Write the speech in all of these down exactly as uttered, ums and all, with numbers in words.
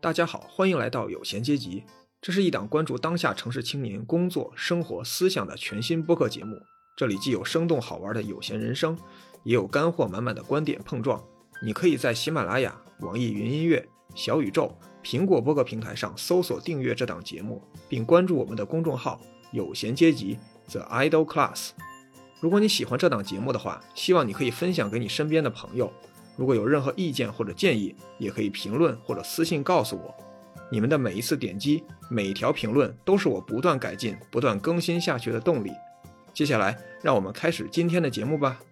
大家好，欢迎来到有闲阶级。这是一档关注当下城市青年工作、生活、思想的全新播客节目。这里既有生动好玩的有闲人生，也有干货满满的观点碰撞。你可以在喜马拉雅、网易云音乐、小宇宙、苹果播客平台上搜索订阅这档节目，并关注我们的公众号有闲阶级 The Idle Class。 如果你喜欢这档节目的话，希望你可以分享给你身边的朋友。如果有任何意见或者建议，也可以评论或者私信告诉我。你们的每一次点击，每一条评论都是我不断改进、不断更新下去的动力。接下来让我们开始今天的节目吧。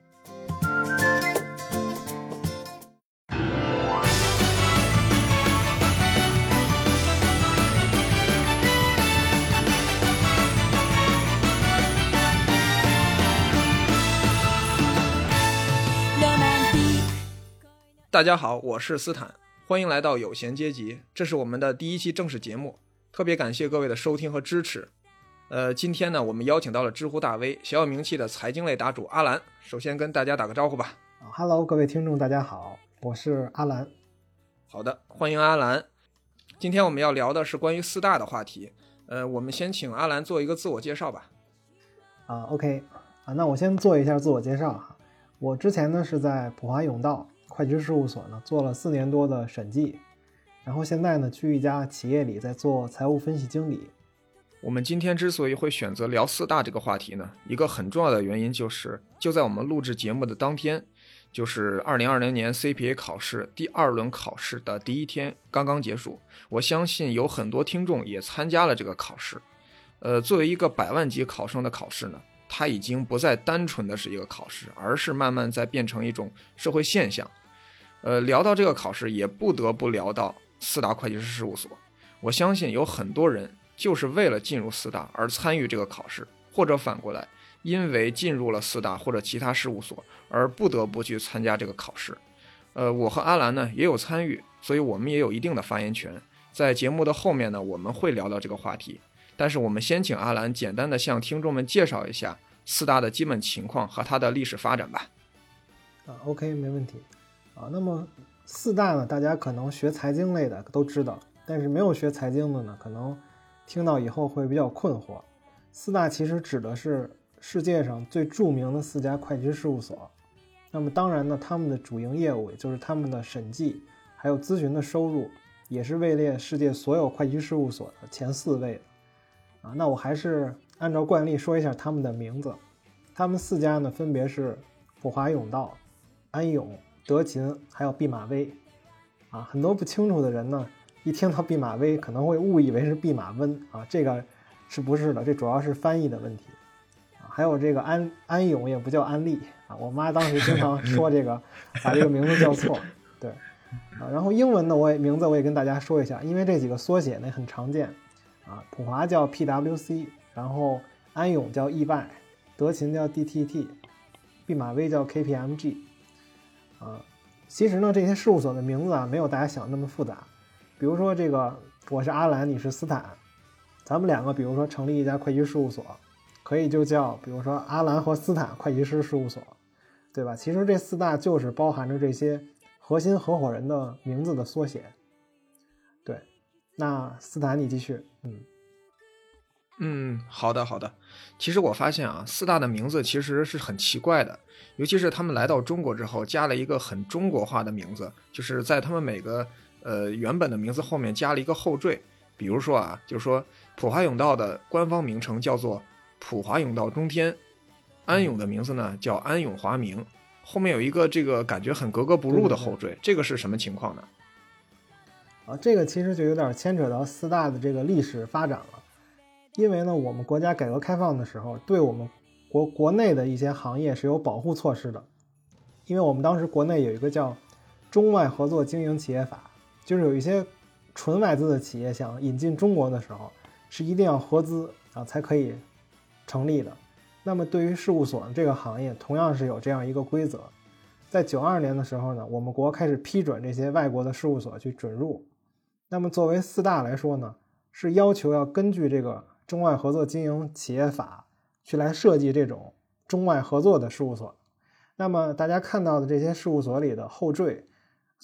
大家好，我是斯坦，欢迎来到有闲阶级，这是我们的第一期正式节目，特别感谢各位的收听和支持。呃，今天呢，我们邀请到了知乎大 V、小有名气的财经类答主阿兰，首先跟大家打个招呼吧。 Hello， 各位听众，大家好，我是阿兰。 好的，欢迎阿兰。今天我们要聊的是关于四大的话题。呃，我们先请阿兰做一个自我介绍吧。 啊 ，OK， 啊，那我先做一下自我介绍哈。我之前呢是在普华永道会计师事务所呢做了四年多的审计，然后现在呢去一家企业里在做财务分析经理。 我们今天之所以会选择聊四大这个话题呢，一个很重要的原因就是就在我们录制节目的当天，就是二零二零年 C P A 考试第二轮考试的第一天刚刚结束。我相信有很多听众也参加了这个考试。呃，作为一个百万级考生的考试呢，它已经不再单纯的是一个考试，而是慢慢在变成一种社会现象。呃，聊到这个考试，也不得不聊到四大会计师事务所。我相信有很多人就是为了进入四大而参与这个考试，或者反过来，因为进入了四大或者其他事务所而不得不去参加这个考试。呃，我和阿兰呢也有参与，所以我们也有一定的发言权。在节目的后面呢，我们会聊到这个话题。但是我们先请阿兰简单的向听众们介绍一下四大的基本情况和它的历史发展吧。 啊 ，OK， 没问题。啊，那么四大呢，大家可能学财经类的都知道，但是没有学财经的呢，可能听到以后会比较困惑。四大其实指的是世界上最著名的四家会计师事务所。那么当然呢，他们的主营业务，也就是他们的审计还有咨询的收入，也是位列世界所有会计师事务所的前四位的。啊，那我还是按照惯例说一下他们的名字。他们四家呢，分别是普华永道、安永、德勤还有毕马威。啊，很多不清楚的人呢，一听到毕马威可能会误以为是毕马温啊，这个是不是的？这主要是翻译的问题。啊，还有这个安安永也不叫安利啊，我妈当时经常说这个，把这个名字叫错。对，啊，然后英文的我也名字我也跟大家说一下，因为这几个缩写呢很常见。啊，普华叫 P W C， 然后安永叫 E Y， 德勤叫 D T T， 毕马威叫 K P M G。啊，其实呢，这些事务所的名字啊，没有大家想那么复杂。比如说这个，我是阿兰，你是斯坦，咱们两个比如说成立一家会计师事务所，可以就叫比如说阿兰和斯坦会计师事务所，对吧？其实这四大就是包含着这些核心合伙人的名字的缩写。对，那斯坦你继续。嗯嗯，好的好的。其实我发现啊，四大的名字其实是很奇怪的，尤其是他们来到中国之后，加了一个很中国化的名字，就是在他们每个呃原本的名字后面加了一个后缀。比如说啊，就是说普华永道的官方名称叫做普华永道中天，安永的名字呢叫安永华明，后面有一个这个感觉很格格不入的后缀，这个是什么情况呢？ 啊，这个其实就有点牵扯到四大的这个历史发展了。因为呢，我们国家改革开放的时候，对我们国国内的一些行业是有保护措施的。因为我们当时国内有一个叫《中外合作经营企业法》，就是有一些纯外资的企业想引进中国的时候，是一定要合资啊才可以成立的。那么对于事务所这个行业，同样是有这样一个规则。在九二年的时候呢，我们国开始批准这些外国的事务所去准入。那么作为四大来说呢，是要求要根据这个中外合作经营企业法去来设计这种中外合作的事务所。那么大家看到的这些事务所里的后缀，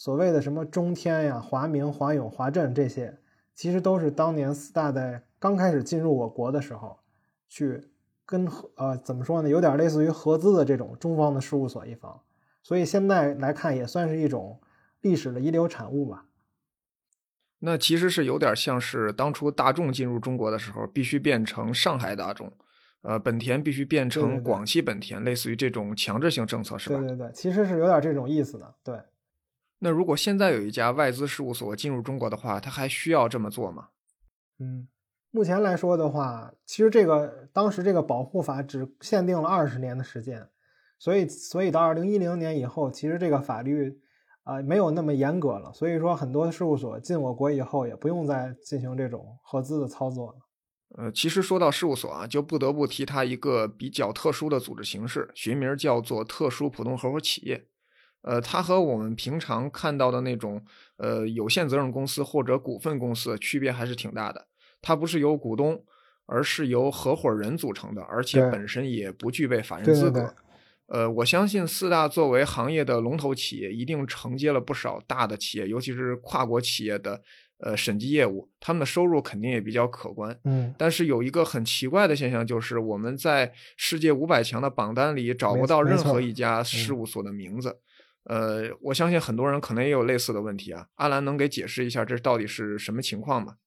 所谓的什么中天呀、华明、华永、华震这些，其实都是当年四大在刚开始进入我国的时候，去跟呃怎么说呢，有点类似于合资的这种中方的事务所一方，所以现在来看也算是一种历史的遗留产物吧。 那其实是有点像是当初大众进入中国的时候，必须变成上海大众，呃，本田必须变成广汽本田，对对对，类似于这种强制性政策，是吧？ 对对对，其实是有点这种意思的。对。 那如果现在有一家外资事务所进入中国的话，它还需要这么做吗？ 嗯，目前来说的话，其实这个当时这个保护法只限定了二十年的时间，所以所以到二零一零年以后，其实这个法律啊、呃、没有那么严格了，所以说很多事务所进我国以后也不用再进行这种合资的操作了。 呃，其实说到事务所啊，就不得不提它一个比较特殊的组织形式，学名叫做特殊普通合伙企业。呃，它和我们平常看到的那种呃有限责任公司或者股份公司区别还是挺大的。它不是由股东，而是由合伙人组成的，而且本身也不具备法人资格。 对对对， 呃，我相信四大作为行业的龙头企业，一定承接了不少大的企业，尤其是跨国企业的呃审计业务，他们的收入肯定也比较可观。 嗯， 但是有一个很奇怪的现象，就是我们在世界五百强的榜单里找不到任何一家事务所的名字。呃，我相信很多人可能也有类似的问题啊。阿兰能给解释一下这到底是什么情况吗？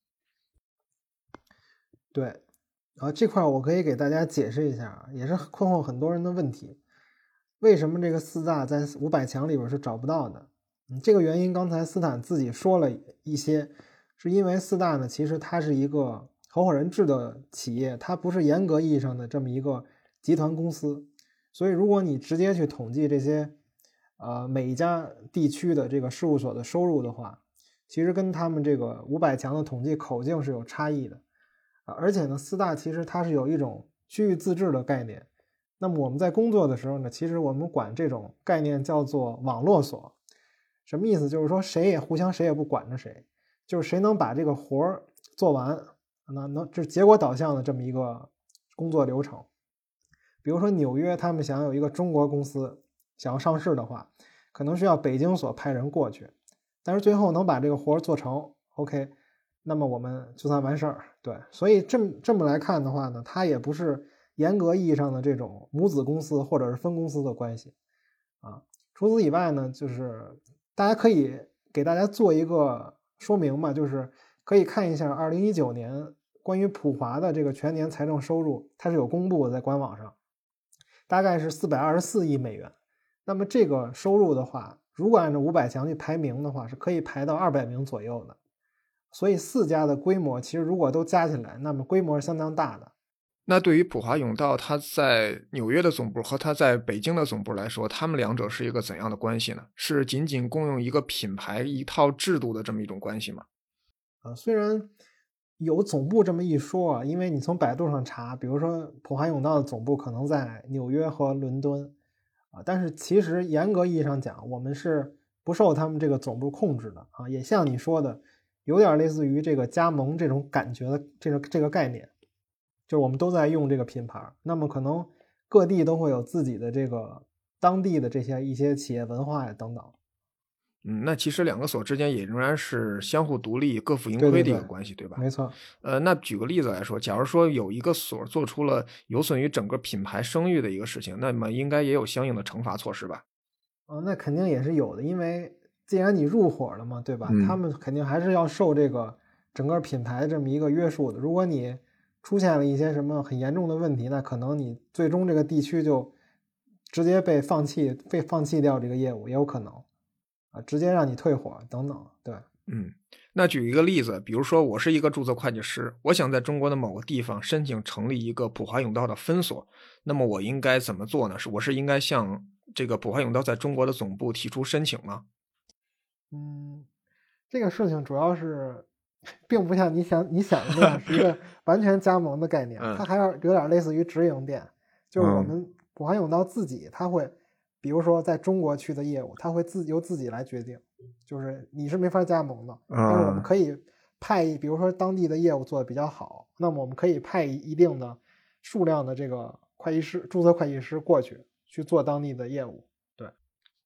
对，然后这块我可以给大家解释一下，也是困惑很多人的问题。为什么这个四大在五百强里边是找不到的？嗯，这个原因刚才斯坦自己说了一些，是因为四大呢，其实它是一个合伙人制的企业，它不是严格意义上的这么一个集团公司，所以如果你直接去统计这些呃每一家地区的这个事务所的收入的话，其实跟他们这个五百强的统计口径是有差异的。而且呢，四大其实它是有一种区域自治的概念。那么我们在工作的时候呢，其实我们管这种概念叫做网络所。什么意思？就是说谁也互相谁也不管着谁，就是谁能把这个活儿做完，那能这是结果导向的这么一个工作流程。比如说纽约他们想有一个中国公司想要上市的话，可能需要北京所派人过去，但是最后能把这个活儿做成 OK，那么我们就算完事儿。对，所以这么这么来看的话呢，它也不是严格意义上的这种母子公司或者是分公司的关系啊。除此以外呢，就是大家可以给大家做一个说明嘛，就是可以看一下二零一九年关于普华的这个全年财政收入，它是有公布的，在官网上，大概是四百二十四亿美元。那么这个收入的话，如果按照五百强去排名的话，是可以排到二百名左右的。所以四家的规模其实如果都加起来，那么规模是相当大的。 那对于普华永道它在纽约的总部和它在北京的总部来说，他们两者是一个怎样的关系呢？是仅仅共用一个品牌一套制度的这么一种关系吗？ 呃，虽然有总部这么一说啊，因为你从百度上查，比如说普华永道的总部可能在纽约和伦敦啊，但是其实严格意义上讲，我们是不受他们这个总部控制的啊，也像你说的，有点类似于这个加盟这种感觉的这个这个概念，就是我们都在用这个品牌，那么可能各地都会有自己的这个当地的这些一些企业文化呀等等。 嗯，那其实两个所之间也仍然是相互独立、各负盈亏的一个关系， 对, 对, 对, 对吧？ 没错。 呃，那举个例子来说，假如说有一个所做出了有损于整个品牌声誉的一个事情，那么应该也有相应的惩罚措施吧？ 哦，那肯定也是有的，因为既然你入伙了嘛，对吧？ 嗯、 他们肯定还是要受这个整个品牌这么一个约束的。如果你出现了一些什么很严重的问题，那可能你最终这个地区就直接被放弃，被放弃掉这个业务也有可能啊，直接让你退伙等等。对， 嗯，那举一个例子，比如说我是一个注册会计师，我想在中国的某个地方申请成立一个普华永道的分所，那么我应该怎么做呢？是我是应该向这个普华永道在中国的总部提出申请吗？ 嗯，这个事情主要是并不像你想你想的那样是一个完全加盟的概念， 嗯、 它还有有点类似于直营店，就是我们普华永道自己，它会比如说在中国区的业务，它会自由自己来决定，就是你是没法加盟的， 嗯、 但是我们可以派，比如说当地的业务做的比较好，那么我们可以派一定的数量的这个会计师、注册会计师过去去做当地的业务。对，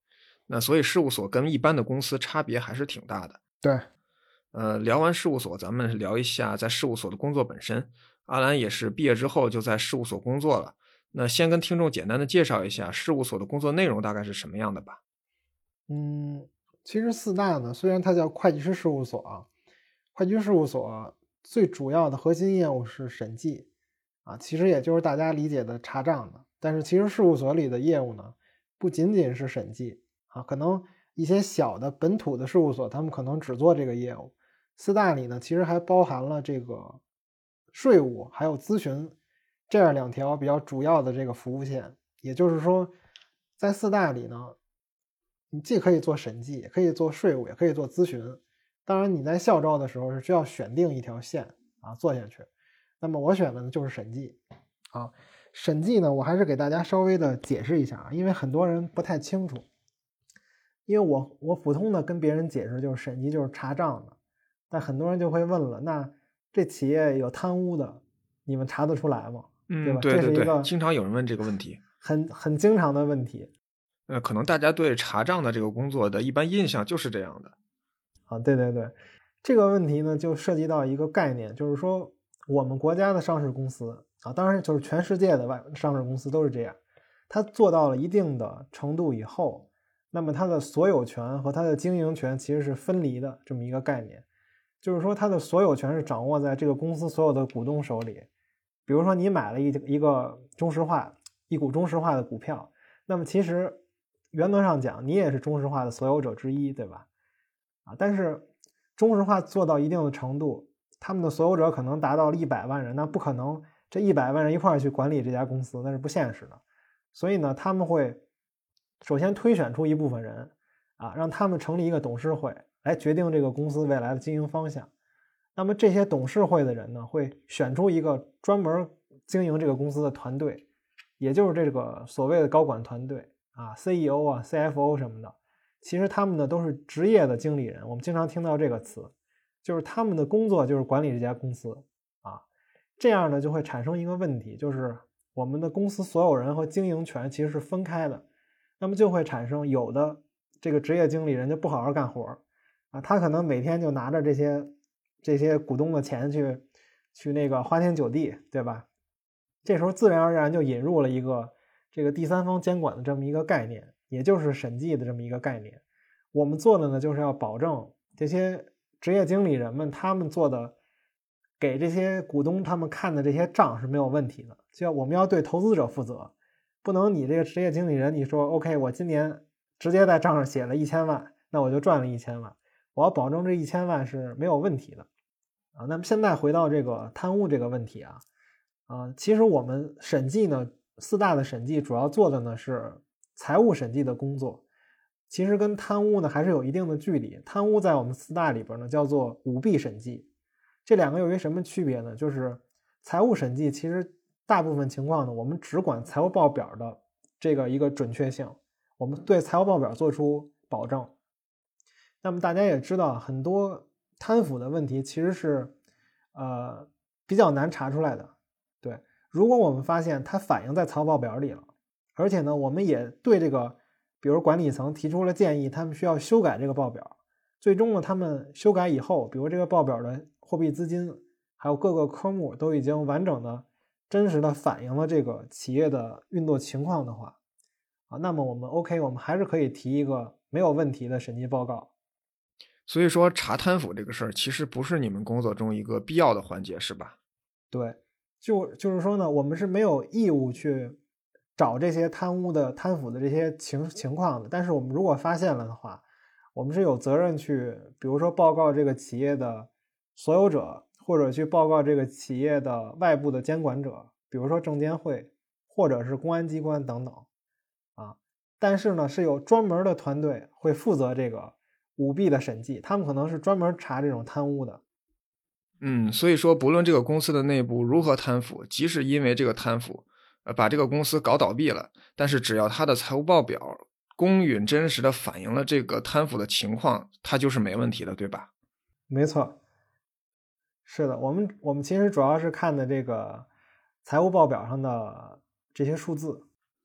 那所以事务所跟一般的公司差别还是挺大的。 对， 呃，聊完事务所，咱们聊一下在事务所的工作本身。阿兰也是毕业之后就在事务所工作了，那先跟听众简单的介绍一下事务所的工作内容大概是什么样的吧。 嗯，其实四大呢，虽然它叫会计师事务所啊，会计师事务所最主要的核心业务是审计啊，其实也就是大家理解的查账的。但是其实事务所里的业务呢，不仅仅是审计啊，可能一些小的本土的事务所，他们可能只做这个业务。四大里呢，其实还包含了这个税务还有咨询这样两条比较主要的这个服务线。也就是说，在四大里呢，你既可以做审计，也可以做税务，也可以做咨询。当然你在校招的时候是需要选定一条线啊做下去。那么我选的呢就是审计啊。审计呢，我还是给大家稍微的解释一下啊，因为很多人不太清楚。因为我我普通的跟别人解释就是审计就是查账的，但很多人就会问了，那这企业有贪污的，你们查得出来吗？ 嗯， 对吧？ 对对对， 这是一个经常有人问这个问题， 很很经常的问题。 呃，可能大家对查账的这个工作的一般印象就是这样的。 啊，对对对，这个问题呢就涉及到一个概念，就是说我们国家的上市公司啊，当然就是全世界的外上市公司都是这样，它做到了一定的程度以后，那么它的所有权和它的经营权其实是分离的这么一个概念，就是说它的所有权是掌握在这个公司所有的股东手里。比如说你买了一一个中石化一股中石化的股票，那么其实原则上讲你也是中石化的所有者之一，对吧？啊，但是中石化做到一定的程度，他们的所有者可能达到了一百万人，那不可能这一百万人一块儿去管理这家公司，那是不现实的。所以呢，他们会首先推选出一部分人啊，让他们成立一个董事会，来决定这个公司未来的经营方向。那么这些董事会的人呢，会选出一个专门经营这个公司的团队，也就是这个所谓的高管团队啊 ，C E O 啊、C F O 什么的。其实他们呢都是职业的经理人，我们经常听到这个词，就是他们的工作就是管理这家公司啊。这样呢就会产生一个问题，就是我们的公司所有人和经营权其实是分开的，那么就会产生有的这个职业经理人就不好好干活啊，他可能每天就拿着这些这些股东的钱去去那个花天酒地，对吧？这时候自然而然就引入了一个这个第三方监管的这么一个概念，也就是审计的这么一个概念。我们做的呢，就是要保证这些职业经理人们他们做的给这些股东他们看的这些账是没有问题的，就要我们要对投资者负责，不能你这个职业经理人你说 OK 我今年直接在账上写了一千万，那我就赚了一千万，我要保证这一千万是没有问题的啊。那么现在回到这个贪污这个问题啊，啊，其实我们审计呢，四大的审计主要做的呢是财务审计的工作，其实跟贪污呢还是有一定的距离。贪污在我们四大里边呢叫做舞弊审计，这两个有一什么区别呢？就是财务审计其实大部分情况呢，我们只管财务报表的这个一个准确性，我们对财务报表做出保证。那么大家也知道，很多贪腐的问题其实是呃比较难查出来的。对，如果我们发现它反映在财务报表里了，而且呢，我们也对这个，比如管理层提出了建议，他们需要修改这个报表，最终呢，他们修改以后，比如这个报表的货币资金，还有各个科目都已经完整的、真实的反映了这个企业的运作情况的话，啊，那么我们 OK， 我们还是可以提一个没有问题的审计报告。 所以说查贪腐这个事儿其实不是你们工作中一个必要的环节，是吧？ 对，就就是说呢，我们是没有义务去找这些贪污的、贪腐的这些情情况的。但是我们如果发现了的话，我们是有责任去，比如说报告这个企业的所有者，或者去报告这个企业的外部的监管者，比如说证监会，或者是公安机关等等啊。但是呢，是有专门的团队会负责这个舞弊的审计，他们可能是专门查这种贪污的。 嗯，所以说不论这个公司的内部如何贪腐，即使因为这个贪腐呃把这个公司搞倒闭了，但是只要它的财务报表公允真实的反映了这个贪腐的情况，它就是没问题的，对吧？ 没错，是的，我们我们其实主要是看的这个财务报表上的这些数字。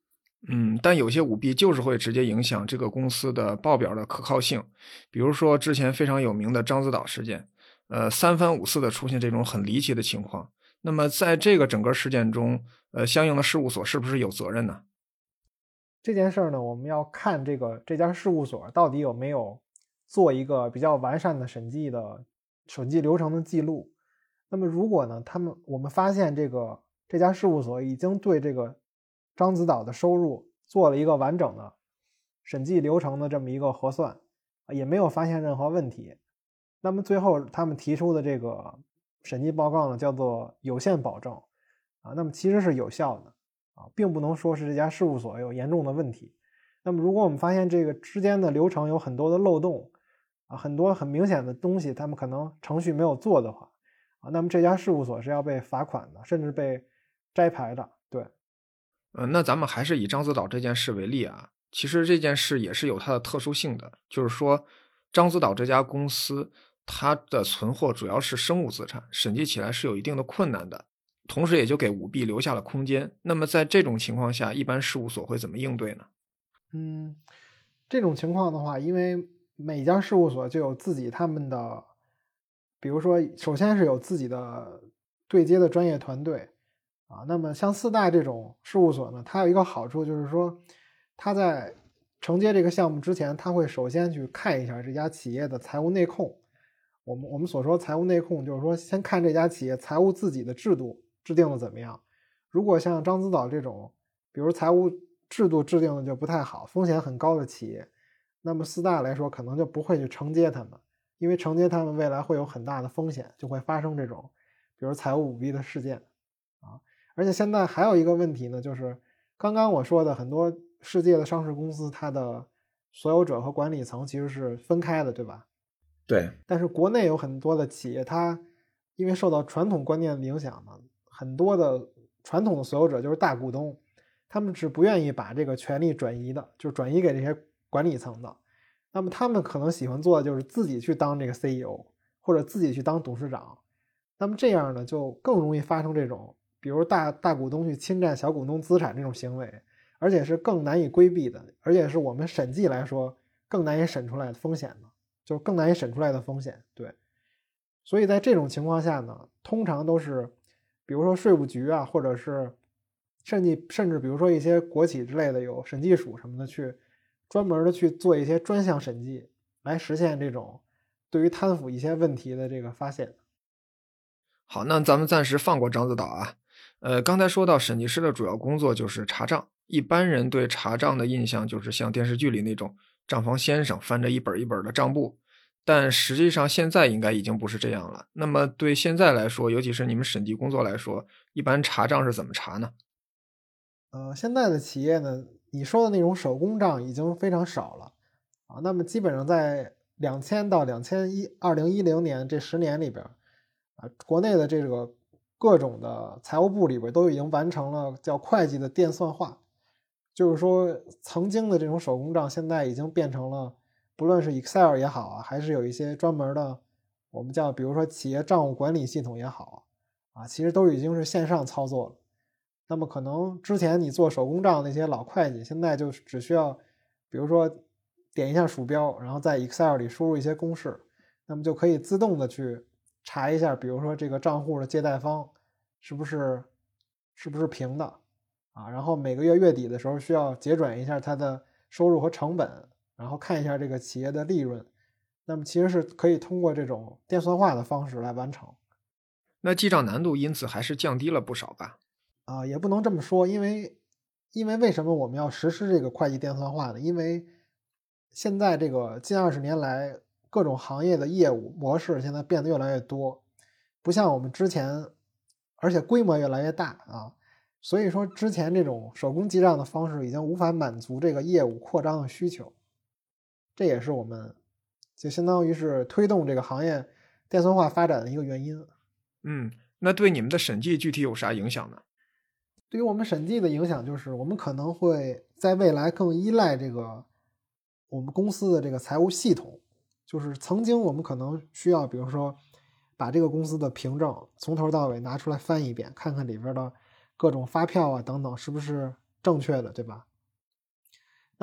嗯，但有些舞弊就是会直接影响这个公司的报表的可靠性，比如说之前非常有名的獐子岛事件，呃，三番五次的出现这种很离奇的情况。那么在这个整个事件中，呃，相应的事务所是不是有责任呢？ 这件事儿呢，我们要看这个这家事务所到底有没有做一个比较完善的审计的审计流程的记录。那么如果呢，他们我们发现这个这家事务所已经对这个獐子岛的收入做了一个完整的审计流程的这么一个核算，也没有发现任何问题，那么最后他们提出的这个审计报告呢，叫做有限保证啊，那么其实是有效的啊，并不能说是这家事务所有严重的问题。那么如果我们发现这个之间的流程有很多的漏洞啊，很多很明显的东西他们可能程序没有做的话啊，那么这家事务所是要被罚款的，甚至被摘牌的。对， 呃，那咱们还是以獐子岛这件事为例啊，其实这件事也是有它的特殊性的，就是说獐子岛这家公司它的存货主要是生物资产，审计起来是有一定的困难的，同时也就给舞弊留下了空间。那么在这种情况下，一般事务所会怎么应对呢？ 嗯，这种情况的话，因为每家事务所就有自己他们的，比如说，首先是有自己的对接的专业团队啊。那么像四大这种事务所呢，它有一个好处就是说，它在承接这个项目之前，它会首先去看一下这家企业的财务内控。我们我们所说财务内控，就是说先看这家企业财务自己的制度制定的怎么样。如果像獐子岛这种，比如财务制度制定的就不太好，风险很高的企业，那么四大来说可能就不会去承接他们，因为承接他们未来会有很大的风险，就会发生这种比如财务舞弊的事件啊。而且现在还有一个问题呢，就是刚刚我说的很多世界的上市公司，它的所有者和管理层其实是分开的，对吧？ 对， 但是国内有很多的企业，它因为受到传统观念的影响呢，很多的传统的所有者就是大股东，他们是不愿意把这个权利转移的，就是转移给这些管理层的。那么他们可能喜欢做的就是自己去当这个 C E O， 或者自己去当董事长。那么这样呢，就更容易发生这种，比如大大股东去侵占小股东资产这种行为，而且是更难以规避的，而且是我们审计来说更难以审出来的风险的。就更难以审出来的风险。对，所以在这种情况下呢，通常都是比如说税务局啊，或者是甚至甚至比如说一些国企之类的有审计署什么的，去专门的去做一些专项审计，来实现这种对于贪腐一些问题的这个发现。 好，那咱们暂时放过獐子岛啊。呃，刚才说到审计师的主要工作就是查账，一般人对查账的印象就是像电视剧里那种账房先生翻着一本一本的账簿，但实际上现在应该已经不是这样了。那么对现在来说，尤其是你们审计工作来说，一般查账是怎么查呢？ 呃，现在的企业呢，你说的那种手工账已经非常少了啊。那么基本上在两千到两千一二零一零年这十年里边啊，国内的这个各种的财务部里边都已经完成了叫会计的电算化，就是说曾经的这种手工账现在已经变成了，不论是 Excel 也好啊，还是有一些专门的我们叫比如说企业账务管理系统也好啊，其实都已经是线上操作了。那么可能之前你做手工账那些老会计，现在就只需要比如说点一下鼠标，然后在 Excel 里输入一些公式，那么就可以自动的去查一下，比如说这个账户的借贷方是不是是不是平的啊，然后每个月月底的时候需要结转一下它的收入和成本，然后看一下这个企业的利润，那么其实是可以通过这种电算化的方式来完成。 那记账难度因此还是降低了不少吧？ 啊，也不能这么说，因为因为为什么我们要实施这个会计电算化呢？因为现在这个近二十年来，各种行业的业务模式现在变得越来越多，不像我们之前，而且规模越来越大啊，所以说之前这种手工记账的方式已经无法满足这个业务扩张的需求，这也是我们就相当于是推动这个行业电算化发展的一个原因。 嗯，那对你们的审计具体有啥影响呢？ 对于我们审计的影响就是，我们可能会在未来更依赖这个我们公司的这个财务系统。就是曾经我们可能需要，比如说把这个公司的凭证从头到尾拿出来翻一遍，看看里边的各种发票啊等等是不是正确的，对吧？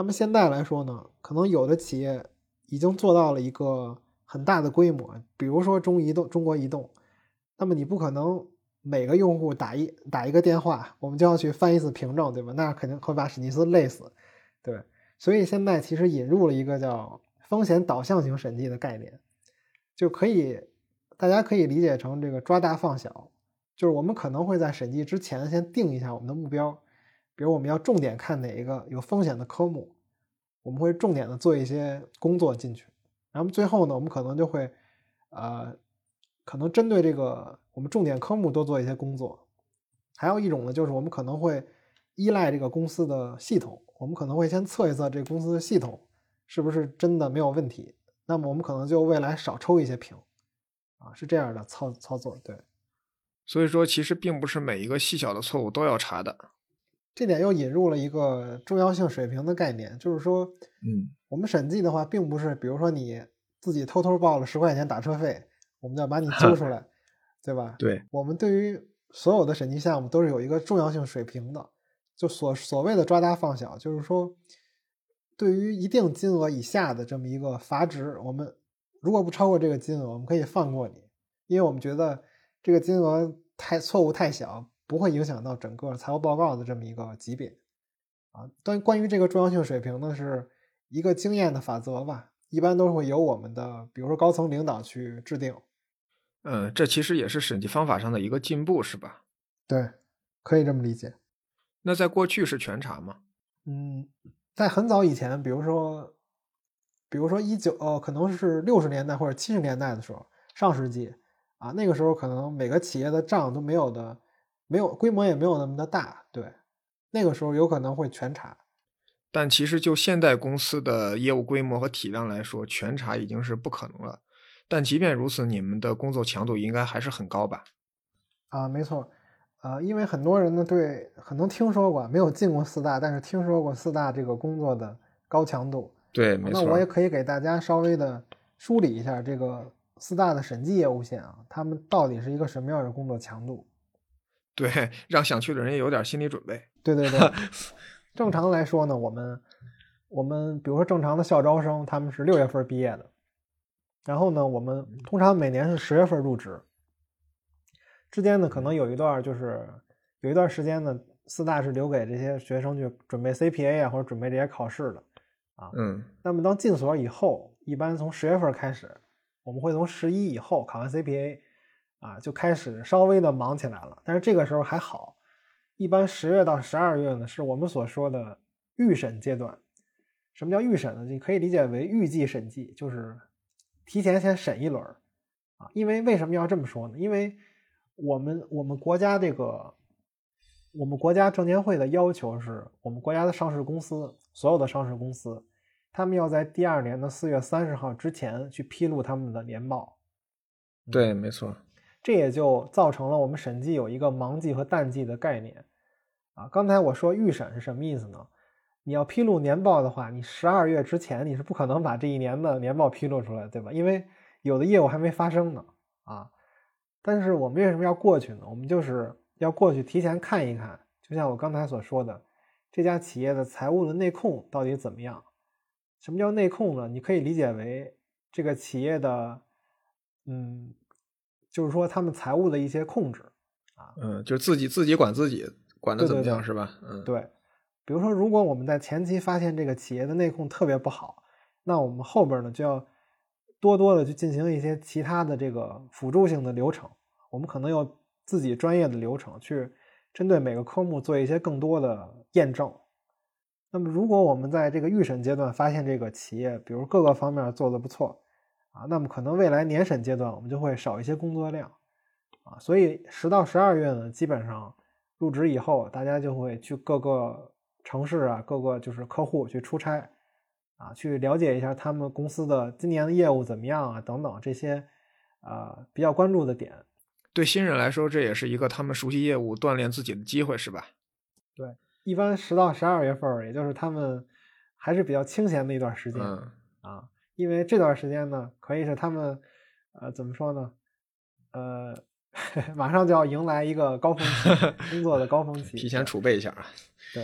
那么现在来说呢，可能有的企业已经做到了一个很大的规模，比如说中移动、中国移动，那么你不可能每个用户打一打一个电话，我们就要去翻一次凭证，对吧？那肯定会把审计师累死，对。所以现在其实引入了一个叫风险导向型审计的概念，就可以大家可以理解成这个抓大放小，就是我们可能会在审计之前先定一下我们的目标，比如我们要重点看哪一个有风险的科目，我们会重点的做一些工作进去，然后最后呢，我们可能就会呃，可能针对这个我们重点科目多做一些工作。还有一种呢，就是我们可能会依赖这个公司的系统，我们可能会先测一测这个公司的系统是不是真的没有问题，那么我们可能就未来少抽一些屏啊，是这样的操操作。对， 所以说其实并不是每一个细小的错误都要查的。 这点又引入了一个重要性水平的概念，就是说， 嗯， 我们审计的话，并不是比如说你自己偷偷报了十块钱打车费，我们就要把你揪出来，对吧？ 对， 我们对于所有的审计项目都是有一个重要性水平的，就所所谓的抓大放小，就是说，对于一定金额以下的这么一个阀值，我们如果不超过这个金额，我们可以放过你，因为我们觉得这个金额太错误太小，不会影响到整个财务报告的这么一个级别啊。但关于这个重要性水平呢，是一个经验的法则吧，一般都会由我们的比如说高层领导去制定。 嗯，这其实也是审计方法上的一个进步，是吧？ 对，可以这么理解。 那在过去是全查吗？ 嗯，在很早以前，比如说，比如说一九呃，可能是六十年代或者七十年代的时候，上世纪啊，那个时候可能每个企业的账都没有的，没有规模也没有那么的大，对，那个时候有可能会全查。 但其实就现代公司的业务规模和体量来说，全查已经是不可能了。但即便如此，你们的工作强度应该还是很高吧？ 啊，没错，呃，因为很多人呢对可能听说过，没有进过四大，但是听说过四大这个工作的高强度。 对，没错。 那我也可以给大家稍微的梳理一下这个四大的审计业务线啊，他们到底是一个什么样的工作强度？ 对，让想去的人也有点心理准备。 对对对，正常来说呢，我们我们比如说正常的校招生，他们是六月份毕业的。然后呢，我们通常每年是十月份入职，之间呢可能有一段就是有一段时间呢，四大是留给这些学生去准备 C P A 啊，或者准备这些考试的啊。 嗯， 那么当进所以后，一般从十月份开始，我们会从十一以后考完 C P A 啊，就开始稍微的忙起来了。但是这个时候还好，一般十月到十二月呢，是我们所说的预审阶段。什么叫预审呢？你可以理解为预计审计，就是提前先审一轮啊。因为为什么要这么说呢？因为我们我们国家这个我们国家证监会的要求是，我们国家的上市公司所有的上市公司，他们要在第二年的四月三十号之前去披露他们的年报。 对，没错。 这也就造成了我们审计有一个盲季和淡季的概念啊。刚才我说预审是什么意思呢？你要披露年报的话，你十二月之前你是不可能把这一年的年报披露出来，对吧？因为有的业务还没发生呢啊。但是我们为什么要过去呢？我们就是要过去提前看一看，就像我刚才所说的，这家企业的财务的内控到底怎么样？什么叫内控呢？你可以理解为这个企业的，嗯，就是说他们财务的一些控制啊。 嗯，就自己自己管自己，管的怎么样， 对对对， 是吧？嗯， 对。比如说，如果我们在前期发现这个企业的内控特别不好，那我们后边呢就要多多的去进行一些其他的这个辅助性的流程。我们可能有自己专业的流程去针对每个科目做一些更多的验证。那么，如果我们在这个预审阶段发现这个企业，比如各个方面做得不错啊，那么可能未来年审阶段我们就会少一些工作量啊。所以十到十二月呢，基本上入职以后，大家就会去各个城市啊，各个就是客户去出差啊，去了解一下他们公司的今年的业务怎么样啊，等等这些呃比较关注的点。 对新人来说，这也是一个他们熟悉业务、锻炼自己的机会，是吧？ 对，一般十到十二月份，也就是他们还是比较清闲的一段时间、 嗯、 啊，因为这段时间呢，可以是他们呃怎么说呢，呃。马上就要迎来一个高峰期，工作的高峰期， 提前储备一下啊。 对，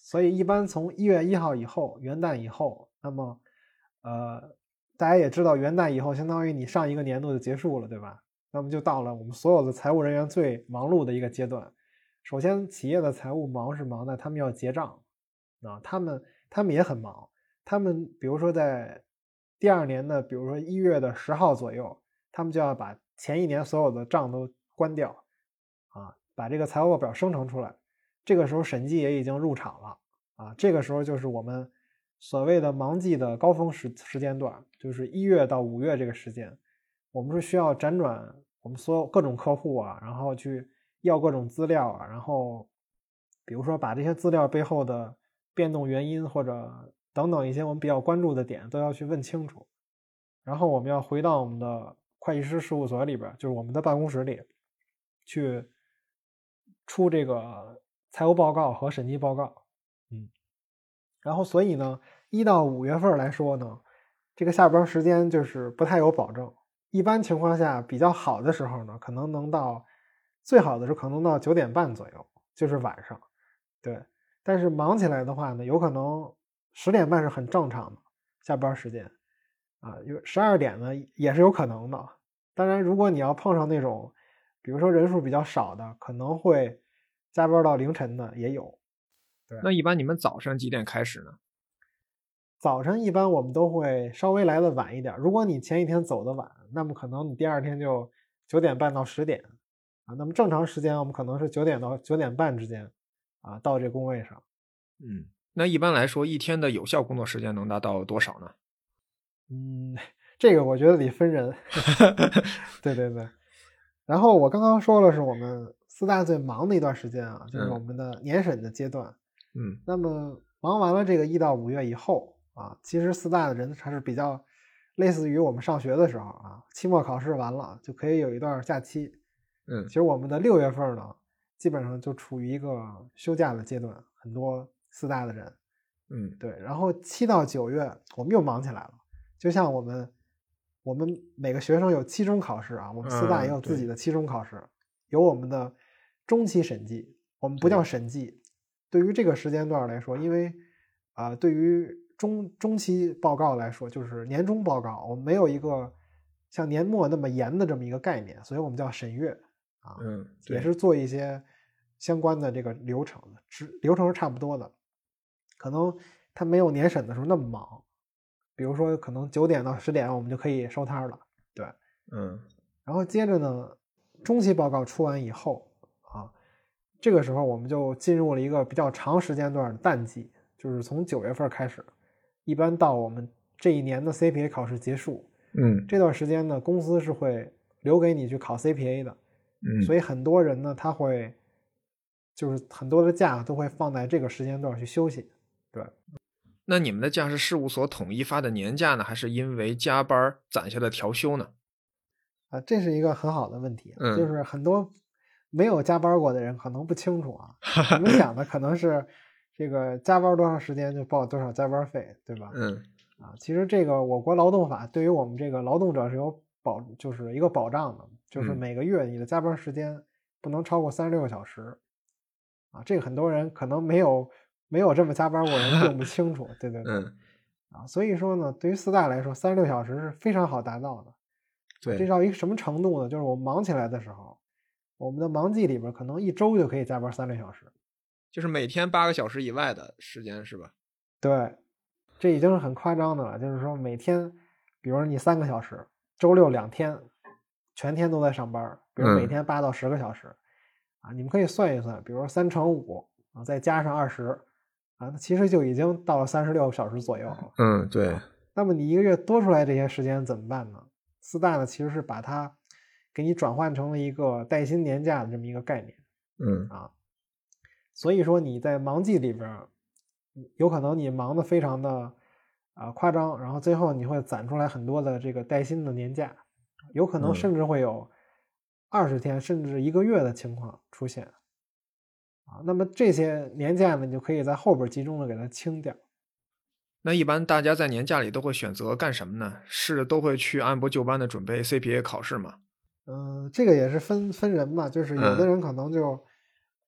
所以一般从一月一号以后，元旦以后，那么呃，大家也知道元旦以后相当于你上一个年度就结束了，对吧？那么就到了我们所有的财务人员最忙碌的一个阶段。首先企业的财务忙是忙的他们要结账啊，他们他们也很忙，他们比如说在第二年的比如说一月的十号左右，他们就要把前一年所有的账都关掉啊，把这个财务报表生成出来。这个时候审计也已经入场了啊，这个时候就是我们所谓的忙季的高峰时时间段，就是一月到五月这个时间，我们是需要辗转我们所有各种客户啊，然后去要各种资料啊，然后比如说把这些资料背后的变动原因或者等等一些我们比较关注的点都要去问清楚，然后我们要回到我们的会计师事务所里边，就是我们的办公室里去出这个财务报告和审计报告。嗯，然后所以呢一到五月份来说呢，这个下班时间就是不太有保证，一般情况下比较好的时候呢，可能能到最好的时候可能到九点半左右，就是晚上。对，但是忙起来的话呢，有可能十点半是很正常的下班时间啊，有十二点呢也是有可能的。当然如果你要碰上那种比如说人数比较少的，可能会加班到凌晨的也有。对， 那一般你们早上几点开始呢？ 早晨一般我们都会稍微来的晚一点，如果你前一天走的晚，那么可能你第二天就九点半到十点啊，那么正常时间我们可能是九点到九点半之间啊到这工位上。 嗯，那一般来说一天的有效工作时间能达到多少呢？ 嗯，这个我觉得得分人。对对对。然后我刚刚说了是我们四大最忙的一段时间啊，就是我们的年审的阶段。 嗯， 那么忙完了这个一到五月以后啊，其实四大的人还是比较类似于我们上学的时候啊，期末考试完了就可以有一段假期。 嗯， 其实我们的六月份呢，基本上就处于一个休假的阶段，很多四大的人。 嗯， 对，然后七到九月我们又忙起来了，就像我们我们每个学生有期中考试啊，我们四大也有自己的期中考试，嗯、有我们的中期审计，我们不叫审计。对于这个时间段来说，因为啊、呃，对于中中期报告来说，就是年终报告，我们没有一个像年末那么严的这么一个概念，所以我们叫审阅啊， 嗯， 也是做一些相关的这个流程的，流程是差不多的，可能他没有年审的时候那么忙。比如说可能九点到十点我们就可以收摊了。对， 嗯， 然后接着呢，中期报告出完以后啊，这个时候我们就进入了一个比较长时间段的淡季，就是从九月份开始，一般到我们这一年的 C P A 考试结束， 嗯， 这段时间呢，公司是会留给你去考 C P A 的。 嗯， 所以很多人呢，他会就是很多的假都会放在这个时间段去休息。对。 那你们的假是事务所统一发的年假呢，还是因为加班攒下的调休呢？ 啊，这是一个很好的问题， 嗯、 就是很多没有加班过的人可能不清楚啊。你们想的可能是这个加班多长时间就报多少加班费，对吧？ 嗯， 啊，其实这个我国劳动法对于我们这个劳动者是有保，就是一个保障的，就是每个月你的加班时间不能超过三十六个小时。啊，这个很多人可能没有。没有这么加班过人并不清楚。对对对。 嗯， 啊，所以说呢，对于四大来说，三十六小时是非常好达到的。 对， 这到一个什么程度呢？就是我们忙起来的时候，我们的忙季里边可能一周就可以加班三六小时， 就是每天八个小时以外的时间是吧？ 对，这已经是很夸张的了。就是说每天，比如说你三个小时，周六两天，全天都在上班，比如每天八到十个小时。嗯、啊，你们可以算一算，比如说三乘五啊，再加上二十。啊，其实就已经到了三十六小时左右了。 嗯，对。 那么你一个月多出来这些时间怎么办呢？四大呢，其实是把它给你转换成了一个带薪年假的这么一个概念。 嗯啊，所以说你在忙季里边，有可能你忙得非常的啊、呃、夸张，然后最后你会攒出来很多的这个带薪的年假，有可能甚至会有二十天甚至一个月的情况出现。啊，那么这些年假呢，你就可以在后边集中的给它清掉。 那一般大家在年假里都会选择干什么呢？是都会去按部就班的准备 C P A 考试吗？ 嗯、呃，这个也是分分人嘛，就是有的人可能就、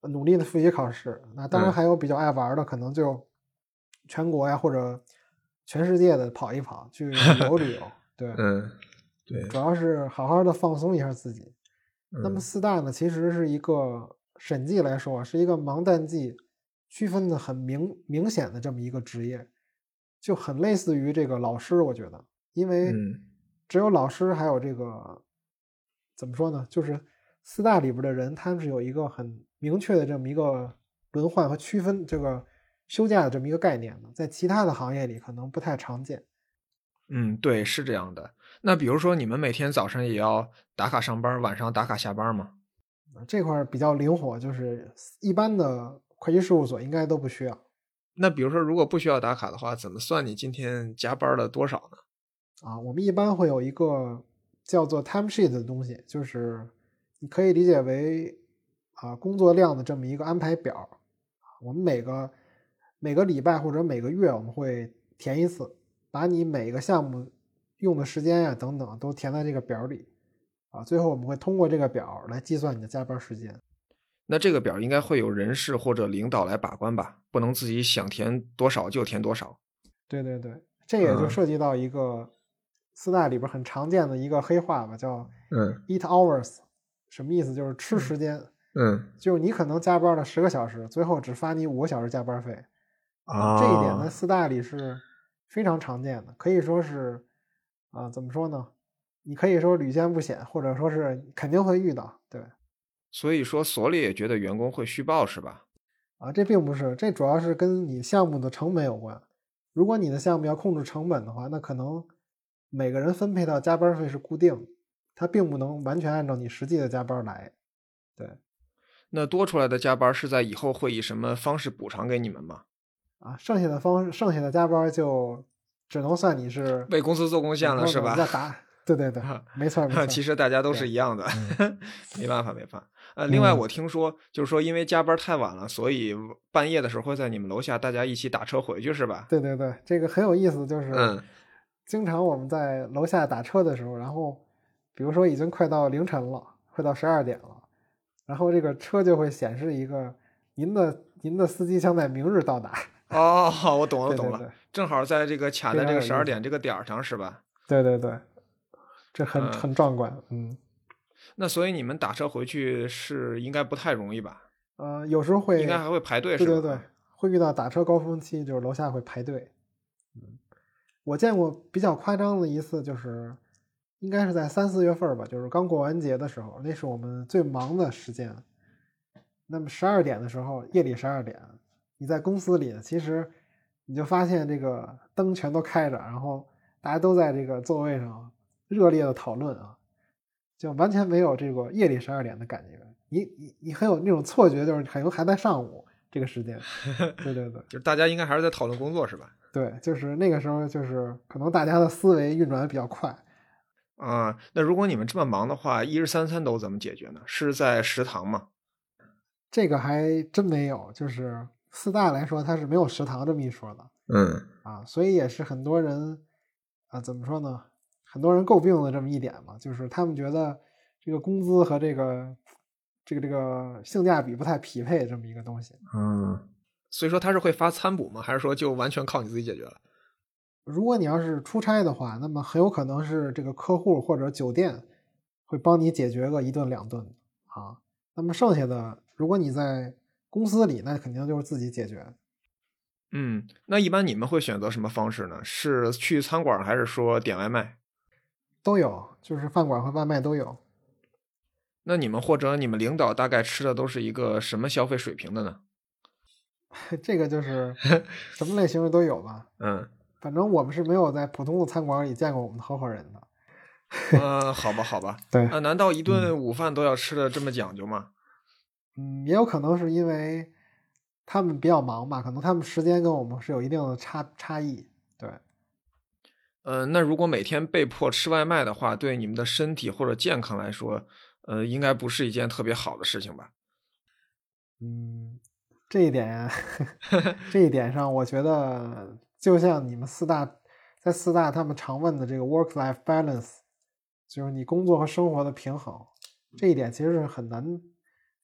努力的复习考试。那当然嗯还有比较爱玩的，可能就全国呀或者全世界的跑一跑，去旅游旅游。对， 嗯，对， 主要是好好的放松一下自己。那么嗯四大呢，其实是一个审计来说，是一个盲淡季区分的很明明显的这么一个职业，就很类似于这个老师，我觉得，因为嗯只有老师还有这个怎么说呢，就是四大里边的人，他们是有一个很明确的这么一个轮换和区分这个休假的这么一个概念的，在其他的行业里可能不太常见。 嗯，对，是这样的。那比如说你们每天早上也要打卡上班，晚上打卡下班吗？ 这块比较灵活，就是一般的会计事务所应该都不需要。 那比如说如果不需要打卡的话，怎么算你今天加班了多少呢？ 啊，我们一般会有一个叫做 time sheet 的东西，就是你可以理解为啊工作量的这么一个安排表。我们每个每个礼拜或者每个月我们会填一次，把你每个项目用的时间呀、等等都填在这个表里啊。最后我们会通过这个表来计算你的加班时间。 那这个表应该会有人事或者领导来把关吧，不能自己想填多少就填多少。 对对对，这也就涉及到一个四大里边很常见的一个黑话吧，叫嗯 eat hours，什么意思？就是吃时间。 嗯就是你可能加班了十个小时，最后只发你五个小时加班费。 啊， 这一点在四大里是非常常见的，可以说是啊，怎么说呢？你可以说屡见不鲜，或者说是肯定会遇到。对所以说所里也觉得员工会虚报是吧？ 啊，这并不是，这主要是跟你项目的成本有关。如果你的项目要控制成本的话，那可能每个人分配到加班费是固定，它并不能完全按照你实际的加班来。对那多出来的加班是在以后会以什么方式补偿给你们吗？ 啊，剩下的方剩下的加班就只能算你是为公司做贡献了是吧？ 要打，对对对，没错没错。 其实大家都是一样的，没办法没办法。呃，另外我听说，就是说因为加班太晚了，所以半夜的时候会在你们楼下大家一起打车回去是吧？ 对对对，这个很有意思，就是嗯经常我们在楼下打车的时候，然后比如说已经快到凌晨了，快到十二点了，然后这个车就会显示一个您的您的司机将在明日到达。 哦，我懂了对对懂了， 对正好在这个卡在这个十二非常有意思点这个点儿上是吧？ 对对对，这很、 嗯很壮观。嗯那所以你们打车回去是应该不太容易吧？ 呃，有时候会应该还会排队是吧？ 对对对，会遇到打车高峰期，就是楼下会排队。嗯，我见过比较夸张的一次，就是应该是在三四月份吧，就是刚过完节的时候，那是我们最忙的时间。那么十二点的时候，夜里十二点，你在公司里，其实你就发现这个灯全都开着，然后大家都在这个座位上热烈的讨论啊，就完全没有这个夜里十二点的感觉。你你你很有那种错觉，就是可能还在上午这个时间。对对对， 就是大家应该还是在讨论工作是吧？ 对，就是那个时候，就是可能大家的思维运转的比较快。 啊，那如果你们这么忙的话，一日三餐都怎么解决呢？是在食堂吗？ 这个还真没有，就是四大来说，它是没有食堂这么一说的嗯啊，所以也是很多人啊，怎么说呢？很多人诟病的这么一点嘛，就是他们觉得这个工资和这个这个这个性价比不太匹配这么一个东西。 嗯，所以说他是会发餐补吗？还是说就完全靠你自己解决了？ 如果你要是出差的话，那么很有可能是这个客户或者酒店会帮你解决个一顿两顿啊。那么剩下的，如果你在公司里，那肯定就是自己解决。 嗯，那一般你们会选择什么方式呢？是去餐馆还是说点外卖？ 都有，就是饭馆和外卖都有。 那你们或者你们领导大概吃的都是一个什么消费水平的呢？ 这个就是什么类型的都有吧。 嗯， 反正我们是没有在普通的餐馆里见过我们的合伙人的。 呃，好吧，好吧。 对啊，难道一顿午饭都要吃的这么讲究吗？ 嗯，也有可能是因为他们比较忙吧，可能他们时间跟我们是有一定的差差异。对， 呃，那如果每天被迫吃外卖的话，对你们的身体或者健康来说，呃，应该不是一件特别好的事情吧？ 嗯，这一点，这一点上，我觉得就像你们四大，在四大他们常问的这个 work-life balance，就是你工作和生活的平衡，这一点其实是很难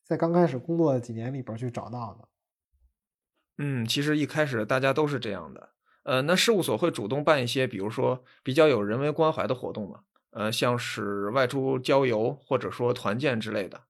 在刚开始工作的几年里边去找到的。 嗯，其实一开始大家都是这样的。呃，那事务所会主动办一些，比如说比较有人文关怀的活动吗？呃，像是外出郊游或者说团建之类的。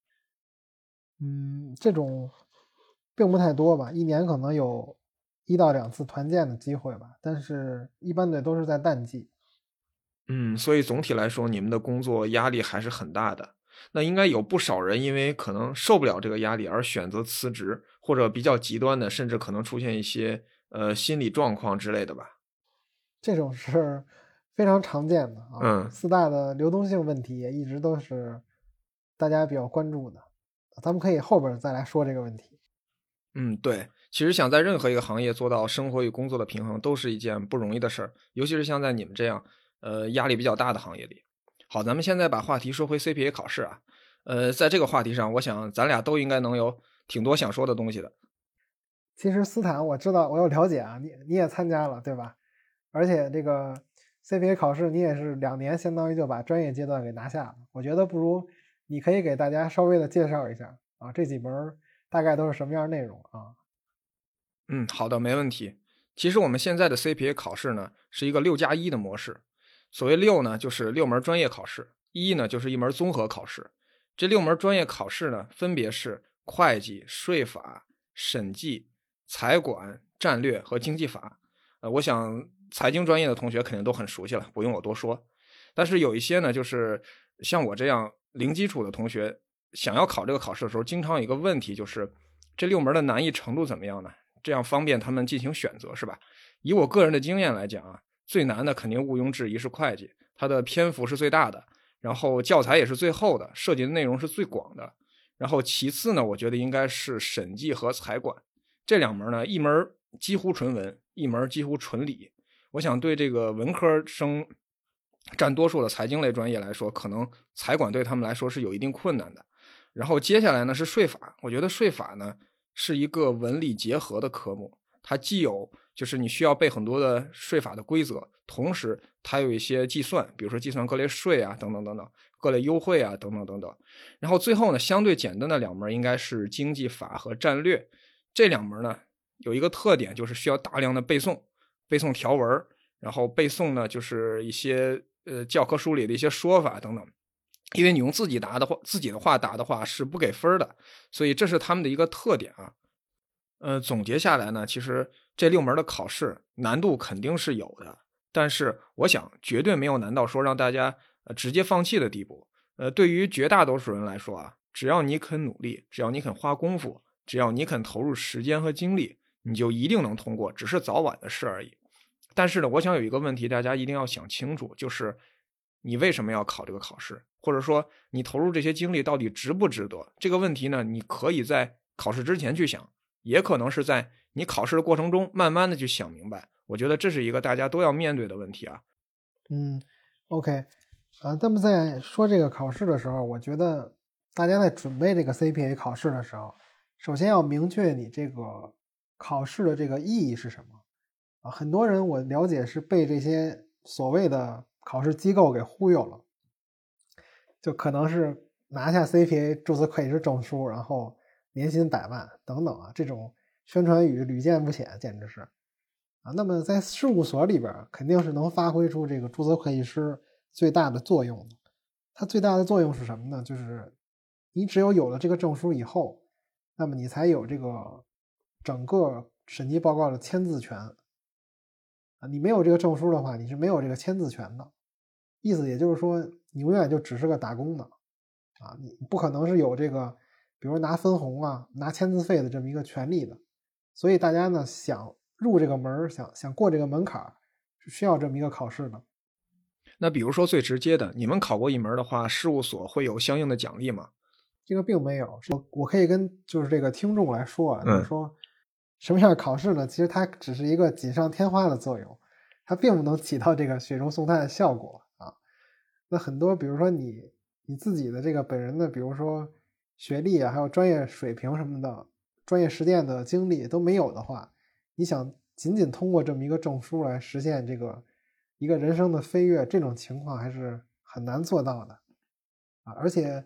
嗯，这种并不太多吧，一年可能有一到两次团建的机会吧，但是一般的都是在淡季。 嗯，所以总体来说，你们的工作压力还是很大的。那应该有不少人因为可能受不了这个压力而选择辞职，或者比较极端的，甚至可能出现一些呃心理状况之类的吧。 这种是非常常见的啊。 嗯四大的流动性问题也一直都是大家比较关注的，咱们可以后边再来说这个问题。 嗯，对，其实想在任何一个行业做到生活与工作的平衡，都是一件不容易的事儿，尤其是像在你们这样呃压力比较大的行业里。好，咱们现在把话题说回 C P A 考试啊。呃，在这个话题上，我想咱俩都应该能有挺多想说的东西的。 其实斯坦我知道，我有了解啊，你你也参加了对吧？而且这个 C P A 考试你也是两年，相当于就把专业阶段给拿下了。我觉得不如你可以给大家稍微的介绍一下啊，这几门大概都是什么样内容啊？ 嗯，好的，没问题。其实我们现在的 C P A 考试呢，是一个六加一的模式。所谓六呢，就是六门专业考试；一呢，就是一门综合考试。这六门专业考试呢，分别是会计、税法、审计、财管、战略和经济法。呃，我想财经专业的同学肯定都很熟悉了，不用我多说。但是有一些呢，就是像我这样零基础的同学，想要考这个考试的时候，经常有一个问题，就是这六门的难易程度怎么样呢？这样方便他们进行选择，是吧？以我个人的经验来讲啊，最难的肯定毋庸置疑是会计，它的篇幅是最大的，然后教材也是最厚的，涉及的内容是最广的。然后其次呢，我觉得应该是审计和财管这两门呢，一门几乎纯文，一门几乎纯理。我想对这个文科生占多数的财经类专业来说，可能财管对他们来说是有一定困难的。然后接下来呢是税法，我觉得税法呢是一个文理结合的科目，它既有就是你需要背很多的税法的规则，同时它有一些计算，比如说计算各类税啊等等等等，各类优惠啊等等等等。然后最后呢，相对简单的两门应该是经济法和战略。这两门呢有一个特点，就是需要大量的背诵，背诵条文，然后背诵呢就是一些呃教科书里的一些说法等等。因为你用自己答的话，自己的话答的话是不给分的，所以这是他们的一个特点啊。呃，总结下来呢，其实这六门的考试难度肯定是有的，但是我想绝对没有难到说让大家呃直接放弃的地步。呃，对于绝大多数人来说啊，只要你肯努力，只要你肯花功夫，只要你肯投入时间和精力，你就一定能通过，只是早晚的事而已。但是呢，我想有一个问题大家一定要想清楚，就是你为什么要考这个考试，或者说你投入这些精力到底值不值得？这个问题呢，你可以在考试之前去想，也可能是在你考试的过程中慢慢的去想明白。我觉得这是一个大家都要面对的问题啊。 嗯 OK 啊，那么在说这个考试的时候，我觉得大家在准备这个 C P A 考试的时候，首先要明确你这个考试的这个意义是什么啊。很多人我了解是被这些所谓的考试机构给忽悠了，就可能是拿下 C P A 注册会计师证书，然后年薪百万等等啊，这种宣传语屡见不鲜，简直是啊。那么在事务所里边，肯定是能发挥出这个注册会计师最大的作用的。它最大的作用是什么呢？就是你只有有了这个证书以后，那么你才有这个整个审计报告的签字权啊。你没有这个证书的话，你是没有这个签字权的。意思也就是说，你永远就只是个打工的啊，你不可能是有这个，比如拿分红啊、拿签字费的这么一个权利的。所以大家呢想入这个门，想想过这个门槛，是需要这么一个考试的。 那比如说最直接的，你们考过一门的话，事务所会有相应的奖励吗？ 这个并没有，我我可以跟就是这个听众来说啊， 嗯就是说什么样的考试呢？其实它只是一个锦上添花的作用，它并不能起到这个雪中送炭的效果啊。那很多比如说你你自己的这个本人的，比如说学历啊，还有专业水平什么的，专业实践的经历都没有的话，你想仅仅通过这么一个证书来实现这个一个人生的飞跃，这种情况还是很难做到的啊。而且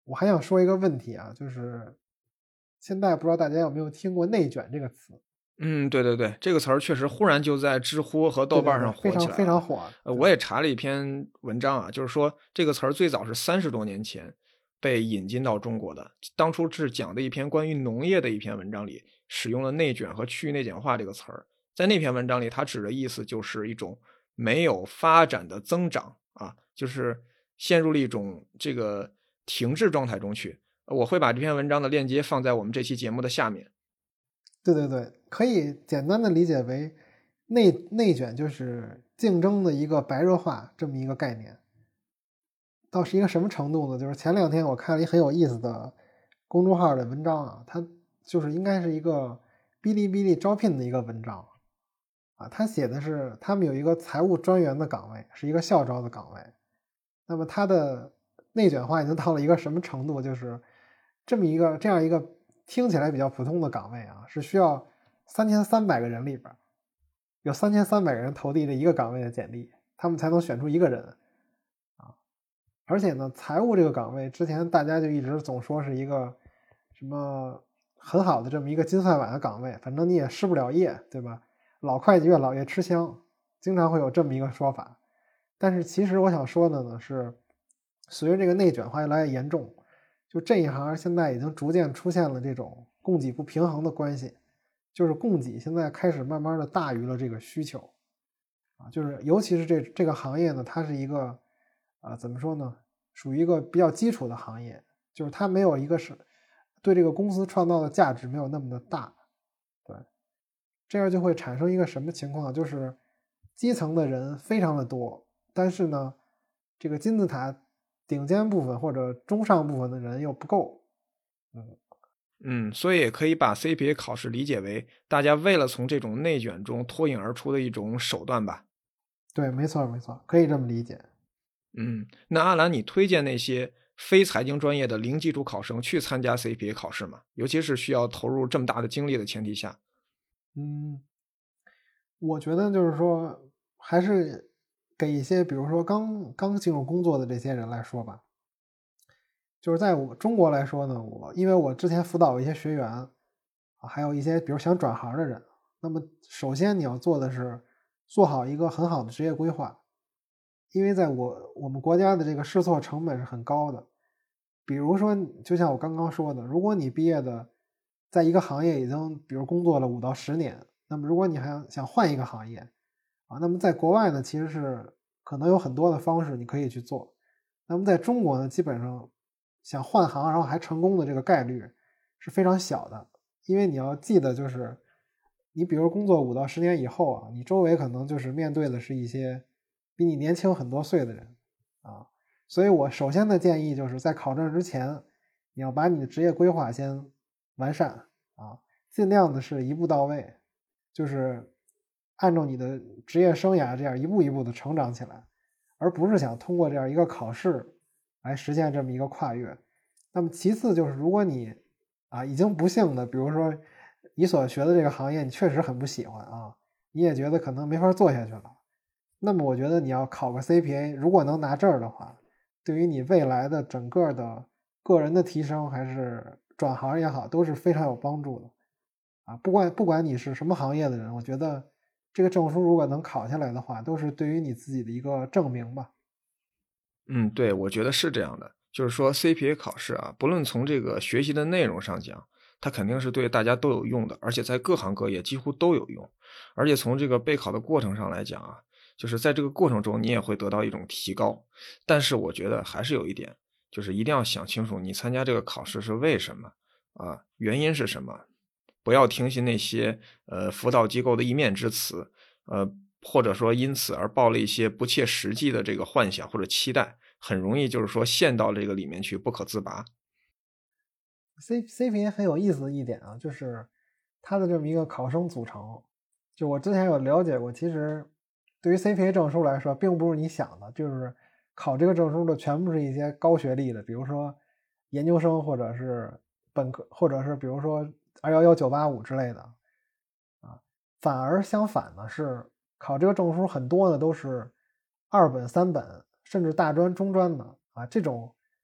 我还想说一个问题啊，就是现在不知道大家有没有听过内卷这个词。 嗯，对对对，这个词儿确实忽然就在知乎和豆瓣上对对对，非常火起来了。 非常火。 呃，我也查了一篇文章啊，就是说这个词儿最早是三十多年前被引进到中国的，当初是讲的一篇关于农业的一篇文章里使用了内卷和去内卷化这个词儿。在那篇文章里，它指的意思就是一种没有发展的增长啊，就是陷入了一种这个停滞状态中去。我会把这篇文章的链接放在我们这期节目的下面。 对对对，可以简单的理解为内内卷就是竞争的一个白热化这么一个概念。到是一个什么程度呢？就是前两天我看了一很有意思的公众号的文章啊，它就是应该是一个哔哩哔哩招聘的一个文章啊，他写的是他们有一个财务专员的岗位，是一个校招的岗位。那么它的内卷化已经到了一个什么程度？就是这么一个这样一个听起来比较普通的岗位啊，是需要三千三百个人里边有三千三百个人投递这一个岗位的简历，他们才能选出一个人啊。而且呢，财务这个岗位之前大家就一直总说是一个什么很好的这么一个金饭碗的岗位，反正你也失不了业，对吧？老会计越老越吃香，经常会有这么一个说法。但是其实我想说的呢是，随着这个内卷化越来越严重，就这一行现在已经逐渐出现了这种供给不平衡的关系，就是供给现在开始慢慢的大于了这个需求啊，就是尤其是这这个行业呢，它是一个啊怎么说呢，属于一个比较基础的行业，就是它没有一个是对这个公司创造的价值没有那么的大，对，这样就会产生一个什么情况，就是基层的人非常的多，但是呢，这个金字塔顶尖部分或者中上部分的人又不够，嗯。 嗯，所以也可以把 C P A 考试理解为大家为了从这种内卷中脱颖而出的一种手段吧。 对，没错没错，可以这么理解。 嗯，那阿兰，你推荐那些非财经专业的零基础考生去参加 C P A 考试吗？尤其是需要投入这么大的精力的前提下。 嗯，我觉得就是说，还是给一些比如说刚刚进入工作的这些人来说吧。就是在我中国来说呢，我因为我之前辅导一些学员啊，还有一些比如想转行的人，那么首先你要做的是做好一个很好的职业规划，因为在我我们国家的这个试错成本是很高的。比如说，就像我刚刚说的，如果你毕业的在一个行业已经比如工作了五到十年，那么如果你还想想换一个行业啊，那么在国外呢，其实是可能有很多的方式你可以去做。那么在中国呢，基本上想换行然后还成功的这个概率是非常小的，因为你要记得，就是你比如工作五到十年以后啊，你周围可能就是面对的是一些比你年轻很多岁的人啊，所以我首先的建议就是在考证之前，你要把你的职业规划先完善啊，尽量的是一步到位，就是按照你的职业生涯这样一步一步的成长起来，而不是想通过这样一个考试来实现这么一个跨越。那么其次就是，如果你啊已经不幸的，比如说你所学的这个行业你确实很不喜欢啊，你也觉得可能没法做下去了，那么我觉得你要考个 C P A， 如果能拿证的话，对于你未来的整个的个人的提升还是转行也好，都是非常有帮助的啊。不管不管你是什么行业的人，我觉得这个证书如果能考下来的话，都是对于你自己的一个证明吧。 嗯，对，我觉得是这样的，就是说 C P A 考试啊，不论从这个学习的内容上讲，它肯定是对大家都有用的，而且在各行各业几乎都有用。而且从这个备考的过程上来讲啊，就是在这个过程中你也会得到一种提高。但是我觉得还是有一点，就是一定要想清楚你参加这个考试是为什么啊，原因是什么，不要听信那些呃辅导机构的一面之词，呃或者说因此而抱了一些不切实际的这个幻想或者期待，很容易就是说陷到这个里面去不可自拔。 C C P A 很有意思的一点啊，就是它的这么一个考生组成，就我之前有了解过，其实对于 C P A 证书来说，并不是你想的，就是考这个证书的全部是一些高学历的，比如说研究生或者是本科，或者是比如说二一一九八五之类的啊。反而相反呢，是考这个证书很多的都是二本、三本，甚至大专、中专的啊，这种。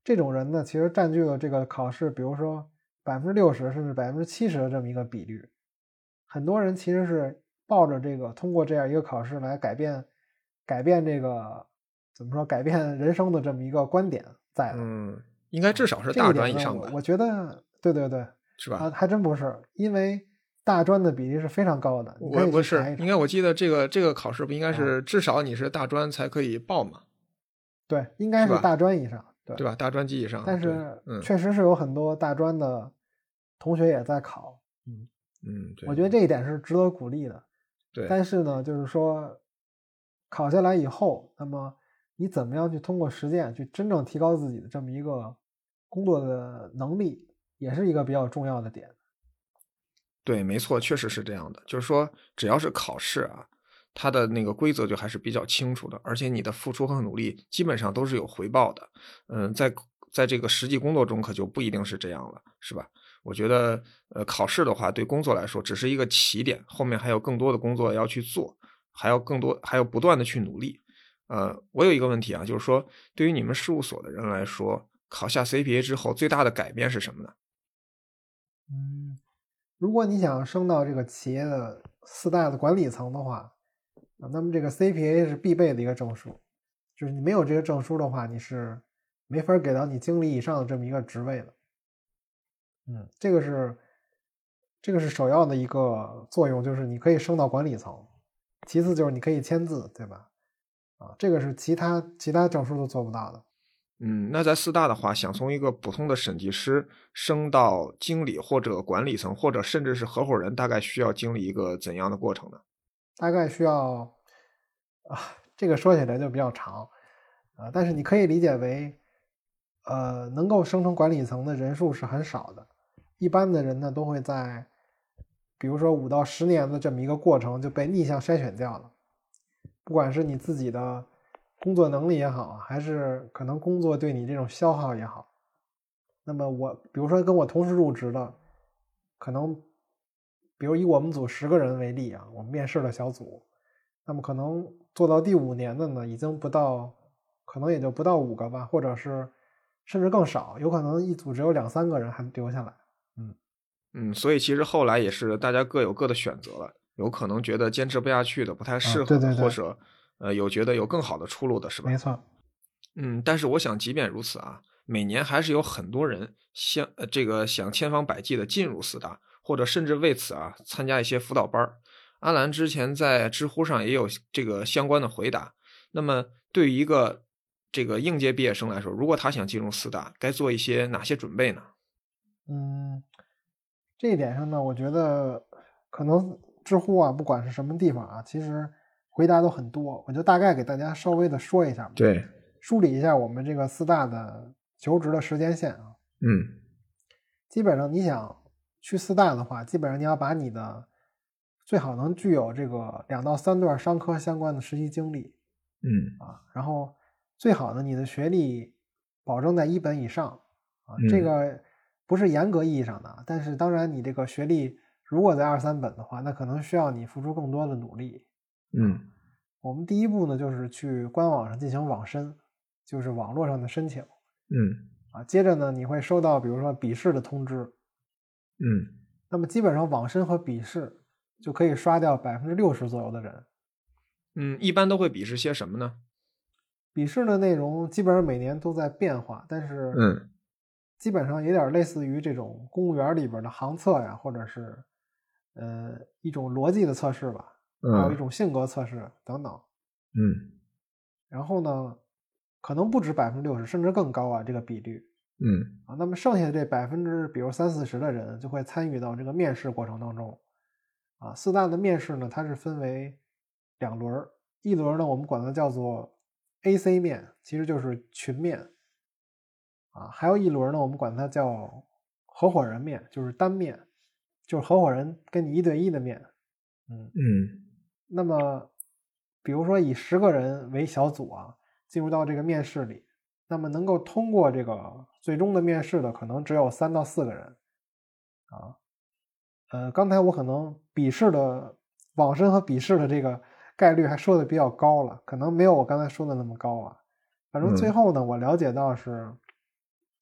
这种人呢，其实占据了这个考试，比如说百分之六十甚至百分之七十的这么一个比率。很多人其实是抱着这个通过这样一个考试来改变改变这个怎么说改变人生的这么一个观点在的。 嗯，应该至少是大专以上吧？ 我, 我觉得对对对， 是吧？ 啊，还真不是，因为大专的比例是非常高的。 我不是， 应该我记得这个这个考试不应该是至少你是大专才可以报吗？ 对，应该是大专以上，对对吧？大专及以上。 但是确实是有很多大专的同学也在考，嗯嗯，对， 我觉得这一点是值得鼓励的。 对， 但是呢，就是说考下来以后，那么你怎么样去通过实践去真正提高自己的这么一个工作的能力，也是一个比较重要的点。 对，没错，确实是这样的。就是说，只要是考试啊，它的那个规则就还是比较清楚的，而且你的付出和努力基本上都是有回报的。嗯，在在这个实际工作中可就不一定是这样了，是吧？我觉得，呃，考试的话，对工作来说只是一个起点，后面还有更多的工作要去做，还要更多，还要不断的去努力。呃，我有一个问题啊，就是说，对于你们事务所的人来说，考下 C P A 之后，最大的改变是什么呢？ 嗯，如果你想升到这个企业的四大的管理层的话，那么这个 C P A 是必备的一个证书，就是你没有这个证书的话，你是没法给到你经理以上的这么一个职位的。嗯，这个是这个是首要的一个作用，就是你可以升到管理层。其次就是你可以签字，对吧？啊，这个是其他其他证书都做不到的。 嗯，那在四大的话，想从一个普通的审计师升到经理或者管理层，或者甚至是合伙人，大概需要经历一个怎样的过程呢？ 大概需要啊，这个说起来就比较长啊，但是你可以理解为，呃，能够升成管理层的人数是很少的，一般的人呢都会在，比如说五到十年的这么一个过程就被逆向筛选掉了，不管是你自己的工作能力也好，还是可能工作对你这种消耗也好，那么我比如说跟我同时入职的，可能比如以我们组十个人为例啊，我们面试的小组，那么可能做到第五年的呢，已经不到，可能也就不到五个吧，或者是甚至更少，有可能一组只有两三个人还留下来。嗯嗯，所以其实后来也是大家各有各的选择了，有可能觉得坚持不下去的，不太适合的， 啊、对对对， 或者呃有觉得有更好的出路的，是吧？ 没错。 嗯，但是我想，即便如此啊，每年还是有很多人想呃这个想千方百计的进入四大，或者甚至为此啊参加一些辅导班。阿兰之前在知乎上也有这个相关的回答。那么对于一个这个应届毕业生来说，如果他想进入四大，该做一些哪些准备呢？ 嗯，这一点上呢，我觉得可能知乎啊，不管是什么地方啊，其实回答都很多，我就大概给大家稍微的说一下吧。 对， 梳理一下我们这个四大的求职的时间线啊。 嗯， 基本上你想去四大的话，基本上你要把你的最好能具有这个两到三段商科相关的实习经历， 嗯啊，然后最好呢你的学历保证在一本以上啊， 嗯、 这个不是严格意义上的，但是当然你这个学历如果在二三本的话，那可能需要你付出更多的努力。 嗯， 我们第一步呢就是去官网上进行网申，就是网络上的申请。 嗯啊，接着呢，你会收到比如说笔试的通知， 嗯， 那么基本上网申和笔试就可以刷掉百分之六十左右的人。 嗯，一般都会笔试些什么呢？ 笔试的内容基本上每年都在变化，但是嗯， 基本上有点类似于这种公务员里边的行测呀，或者是呃一种逻辑的测试吧，还有一种性格测试等等。 嗯， 然后呢，可能不止百分之六十，甚至更高啊，这个比率。 嗯啊，那么剩下的这百分之比如三四十的人就会参与到这个面试过程当中。啊，四大的面试呢，它是分为两轮，一轮呢我们管它叫做 A C 面，其实就是群面。啊，还有一轮呢我们管它叫合伙人面，就是单面，就是合伙人跟你一对一的面。嗯嗯， 那么比如说以十个人为小组啊，进入到这个面试里，那么能够通过这个最终的面试的可能只有三到四个人。啊，呃，刚才我可能笔试的网申和笔试的这个概率还说的比较高了，可能没有我刚才说的那么高啊。反正最后呢，我了解到是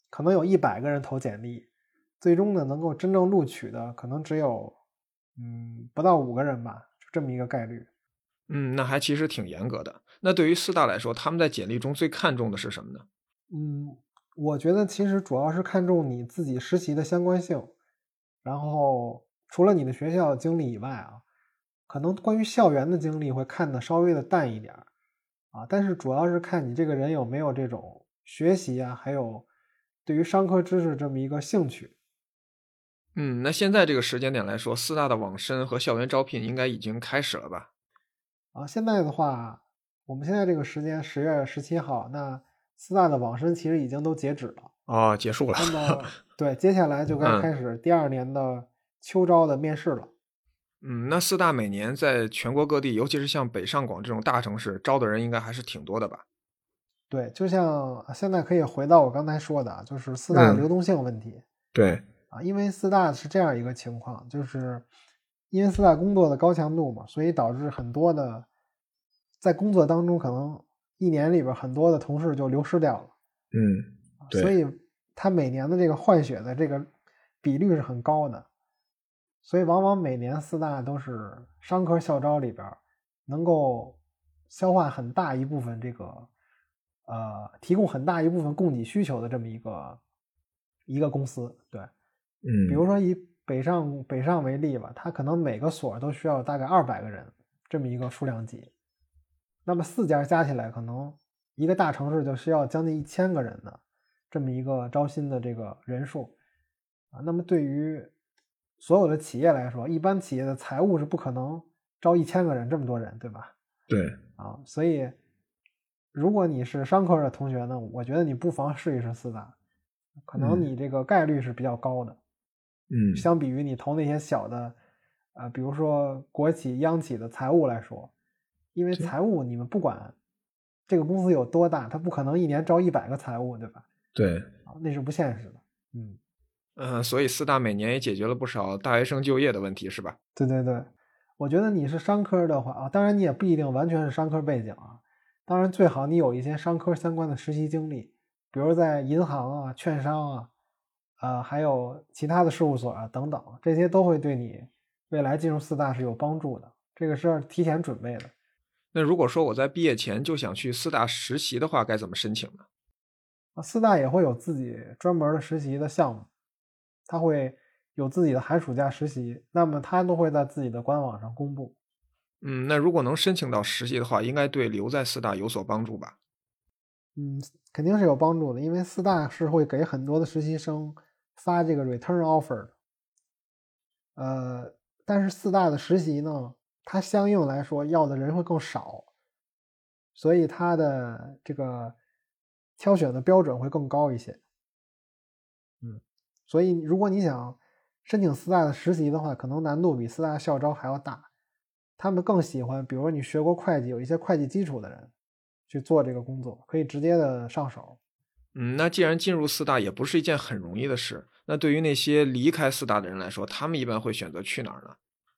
可能有一百个人投简历，最终呢能够真正录取的可能只有嗯不到五个人吧，就这么一个概率。 嗯，那还其实挺严格的。那对于四大来说，他们在简历中最看重的是什么呢？ 嗯，我觉得其实主要是看重你自己实习的相关性，然后除了你的学校经历以外啊，可能关于校园的经历会看得稍微的淡一点啊，但是主要是看你这个人有没有这种学习啊，还有对于商科知识这么一个兴趣。 嗯，那现在这个时间点来说，四大的网申和校园招聘应该已经开始了吧？ 啊，现在的话，我们现在这个时间十月十七号，那四大的网申其实已经都截止了。 哦，结束了。 那么对，接下来就该嗯开始第二年的秋招的面试了。 嗯，那四大每年在全国各地，尤其是像北上广这种大城市，招的人应该还是挺多的吧？ 对，就像现在可以回到我刚才说的啊，就是四大的嗯， 流动性问题对， 啊，因为四大是这样一个情况，就是因为四大工作的高强度嘛，所以导致很多的在工作当中可能一年里边很多的同事就流失掉了， 嗯，对， 所以他每年的这个换血的这个比率是很高的，所以往往每年四大都是商科校招里边能够消化很大一部分这个呃提供很大一部分供给需求的这么一个一个公司。对，比如嗯， 说以北上北上为例吧，它可能每个所都需要大概二百个人这么一个数量级，那么四家加起来可能一个大城市就需要将近一千个人的这么一个招新的这个人数啊。那么对于所有的企业来说，一般企业的财务是不可能招一千个人这么多人，对吧？ 对， 啊，所以如果你是商科的同学呢，我觉得你不妨试一试四大，可能嗯， 你这个概率是比较高的， 嗯， 相比于你投那些小的，呃，比如说国企、央企的财务来说，因为对， 财务你们不管这个公司有多大，它不可能一年招一百个财务，对吧？ 对， 啊，那是不现实的。嗯， 嗯，所以四大每年也解决了不少大学生就业的问题，是吧？ 对对对，我觉得你是商科的话啊，当然你也不一定完全是商科背景啊，当然最好你有一些商科相关的实习经历，比如在银行啊、券商啊，呃，还有其他的事务所啊等等，这些都会对你未来进入四大是有帮助的，这个是要提前准备的。 那如果说我在毕业前就想去四大实习的话，该怎么申请呢？ 啊，四大也会有自己专门的实习的项目，它会有自己的寒暑假实习，那么它都会在自己的官网上公布。 嗯，那如果能申请到实习的话，应该对留在四大有所帮助吧？ 嗯，肯定是有帮助的，因为四大是会给很多的实习生发这个 return offer 的。呃，但是四大的实习呢，它相应来说要的人会更少，所以它的这个挑选的标准会更高一些。嗯，所以如果你想申请四大的实习的话，可能难度比四大校招还要大。他们更喜欢，比如说你学过会计，有一些会计基础的人去做这个工作，可以直接的上手。 嗯，那既然进入四大也不是一件很容易的事，那对于那些离开四大的人来说，他们一般会选择去哪儿呢？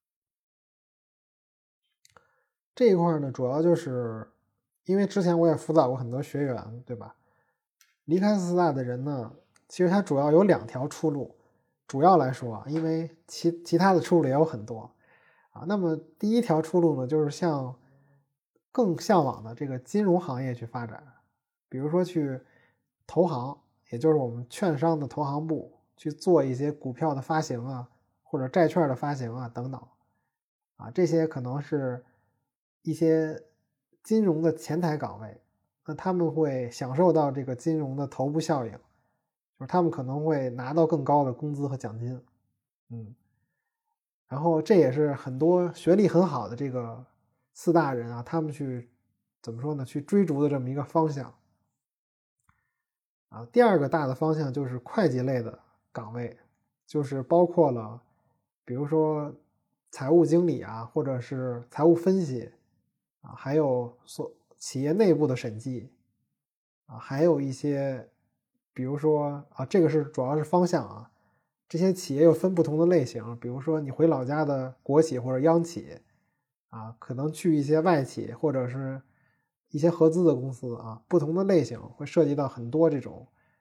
这一块呢，主要就是因为之前我也辅导过很多学员，对吧？离开四大的人呢，其实他主要有两条出路。主要来说啊，因为其其他的出路也有很多啊。那么第一条出路呢，就是向更向往的这个金融行业去发展，比如说去投行，也就是我们券商的投行部去做一些股票的发行啊，或者债券的发行啊等等啊，这些可能是一些金融的前台岗位，那他们会享受到这个金融的头部效应，就是他们可能会拿到更高的工资和奖金，嗯，然后这也是很多学历很好的这个四大人啊，他们去怎么说呢？去追逐的这么一个方向啊。第二个大的方向就是会计类的岗位，就是包括了，比如说财务经理啊，或者是财务分析啊，还有所企业内部的审计啊，还有一些，比如说啊，这个是主要是方向啊。这些企业又分不同的类型，比如说你回老家的国企或者央企啊，可能去一些外企或者是一些合资的公司啊，不同的类型会涉及到很多这种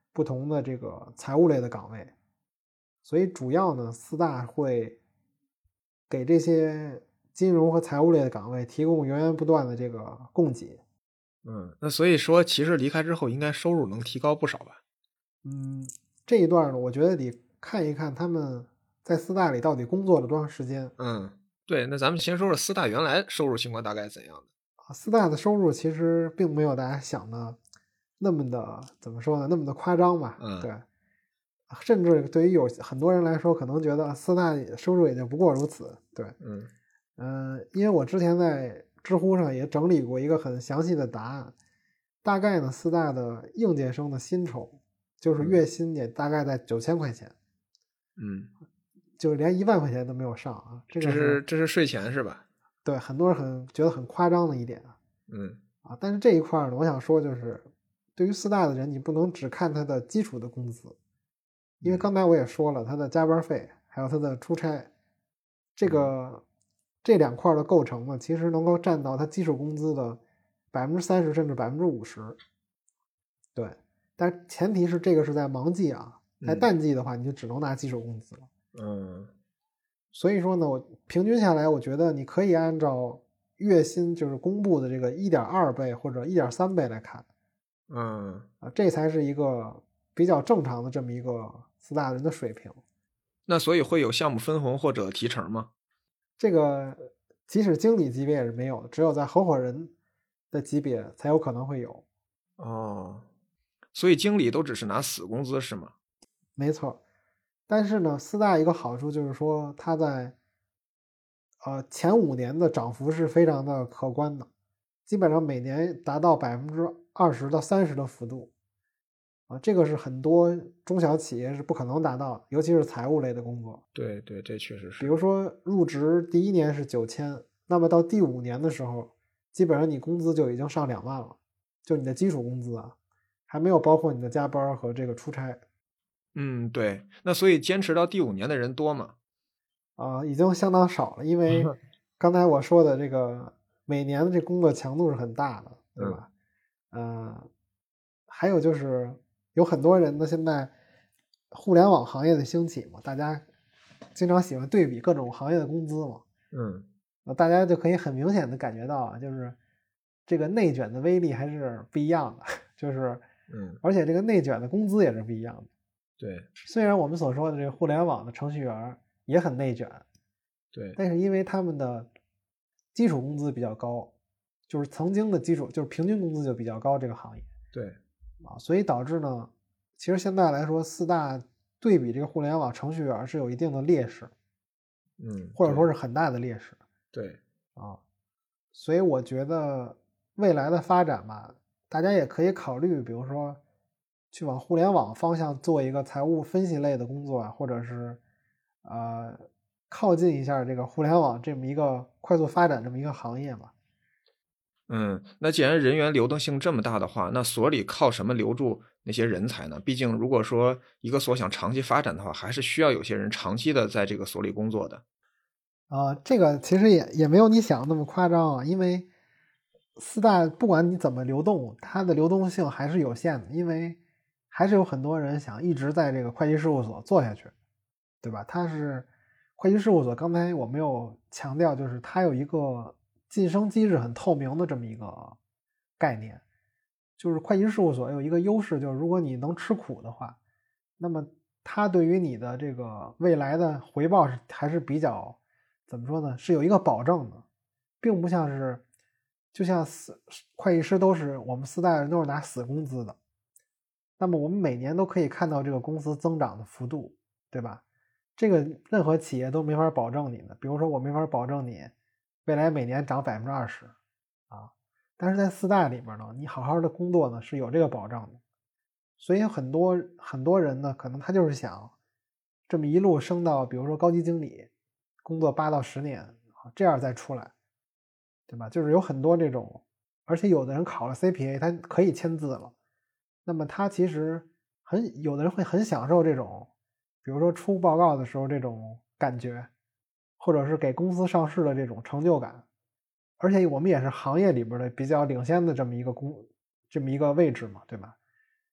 不同的这个财务类的岗位，所以主要呢，四大会给这些金融和财务类的岗位提供源源不断的这个供给。 嗯，那所以说其实离开之后应该收入能提高不少吧？ 嗯，这一段呢，我觉得得看一看他们在四大里到底工作了多长时间。 嗯，对，那咱们先说说四大原来收入情况大概怎样的？ 啊，四大的收入其实并没有大家想的那么的怎么说呢，那么的夸张吧？ 嗯， 对，甚至对于有很多人来说，可能觉得四大收入也就不过如此。对， 嗯嗯、呃，因为我之前在知乎上也整理过一个很详细的答案，大概呢，四大的应届生的薪酬就是月薪也大概在九千块钱， 嗯， 就是连一万块钱都没有上啊。这个这是这是税前是吧？ 对很多人很觉得很夸张的一点。 嗯啊，但是这一块呢，我想说就是，对于四大的人，你不能只看他的基础的工资，因为刚才我也说了，他的加班费还有他的出差，这个这两块的构成呢，其实能够占到他基础工资的百分之三十甚至百分之五十。对，但前提是这个是在忙季啊，在淡季的话，你就只能拿基础工资了。 嗯， 所以说呢，我平均下来，我觉得你可以按照月薪就是公布的这个一点二倍或者一点三倍来看。 嗯啊，这才是一个比较正常的这么一个四大人的水平。 那所以会有项目分红或者提成吗？ 这个即使经理级别也是没有的，只有在合伙人的级别才有可能会有。 哦，所以经理都只是拿死工资是吗？ 没错，但是呢，四大一个好处就是说，它在呃前五年的涨幅是非常的可观的，基本上每年达到百分之二十到三十的幅度。啊，这个是很多中小企业是不可能达到的，尤其是财务类的工作。 对对，这确实是。 比如说入职第一年是九千，那么到第五年的时候，基本上你工资就已经上两万了，就你的基础工资啊，还没有包括你的加班和这个出差。 嗯，对。那所以坚持到第五年的人多吗？ 啊、呃，已经相当少了，因为刚才我说的这个每年的这工作强度是很大的，对吧？嗯、呃，还有就是有很多人呢，现在互联网行业的兴起嘛，大家经常喜欢对比各种行业的工资嘛。 嗯， 那大家就可以很明显的感觉到啊，就是这个内卷的威力还是不一样的，就是嗯， 而且这个内卷的工资也是不一样的。 对， 虽然我们所说的这个互联网的程序员也很内卷， 对， 但是因为他们的基础工资比较高，就是曾经的基础就是平均工资就比较高，这个行业， 对啊，所以导致呢，其实现在来说四大对比这个互联网程序员是有一定的劣势， 嗯， 或者说是很大的劣势。 对啊，所以我觉得未来的发展吧，大家也可以考虑，比如说去往互联网方向做一个财务分析类的工作啊，或者是呃靠近一下这个互联网这么一个快速发展这么一个行业嘛。 嗯，那既然人员流动性这么大的话，那所里靠什么留住那些人才呢？毕竟如果说一个所想长期发展的话，还是需要有些人长期的在这个所里工作的。 啊、呃，这个其实也也没有你想的那么夸张啊，因为四大不管你怎么流动，它的流动性还是有限的，因为还是有很多人想一直在这个会计事务所做下去，对吧？它是会计事务所，刚才我没有强调，就是它有一个晋升机制很透明的这么一个概念，就是会计事务所有一个优势，就是如果你能吃苦的话，那么它对于你的这个未来的回报是还是比较怎么说呢？是有一个保证的，并不像是就像死会计师都是我们四代人都是拿死工资的，那么我们每年都可以看到这个公司增长的幅度，对吧？这个任何企业都没法保证你的，比如说我没法保证你未来每年涨百分之二十啊，但是在四大里边呢，你好好的工作呢是有这个保障的，所以很多很多人呢，可能他就是想这么一路升到，比如说高级经理，工作八到十年啊，这样再出来，对吧？就是有很多这种，而且有的人考了 C P A， 他可以签字了，那么他其实很有的人会很享受这种。比如说出报告的时候这种感觉，或者是给公司上市的这种成就感，而且我们也是行业里边的比较领先的这么一个公这么一个位置嘛，对吧？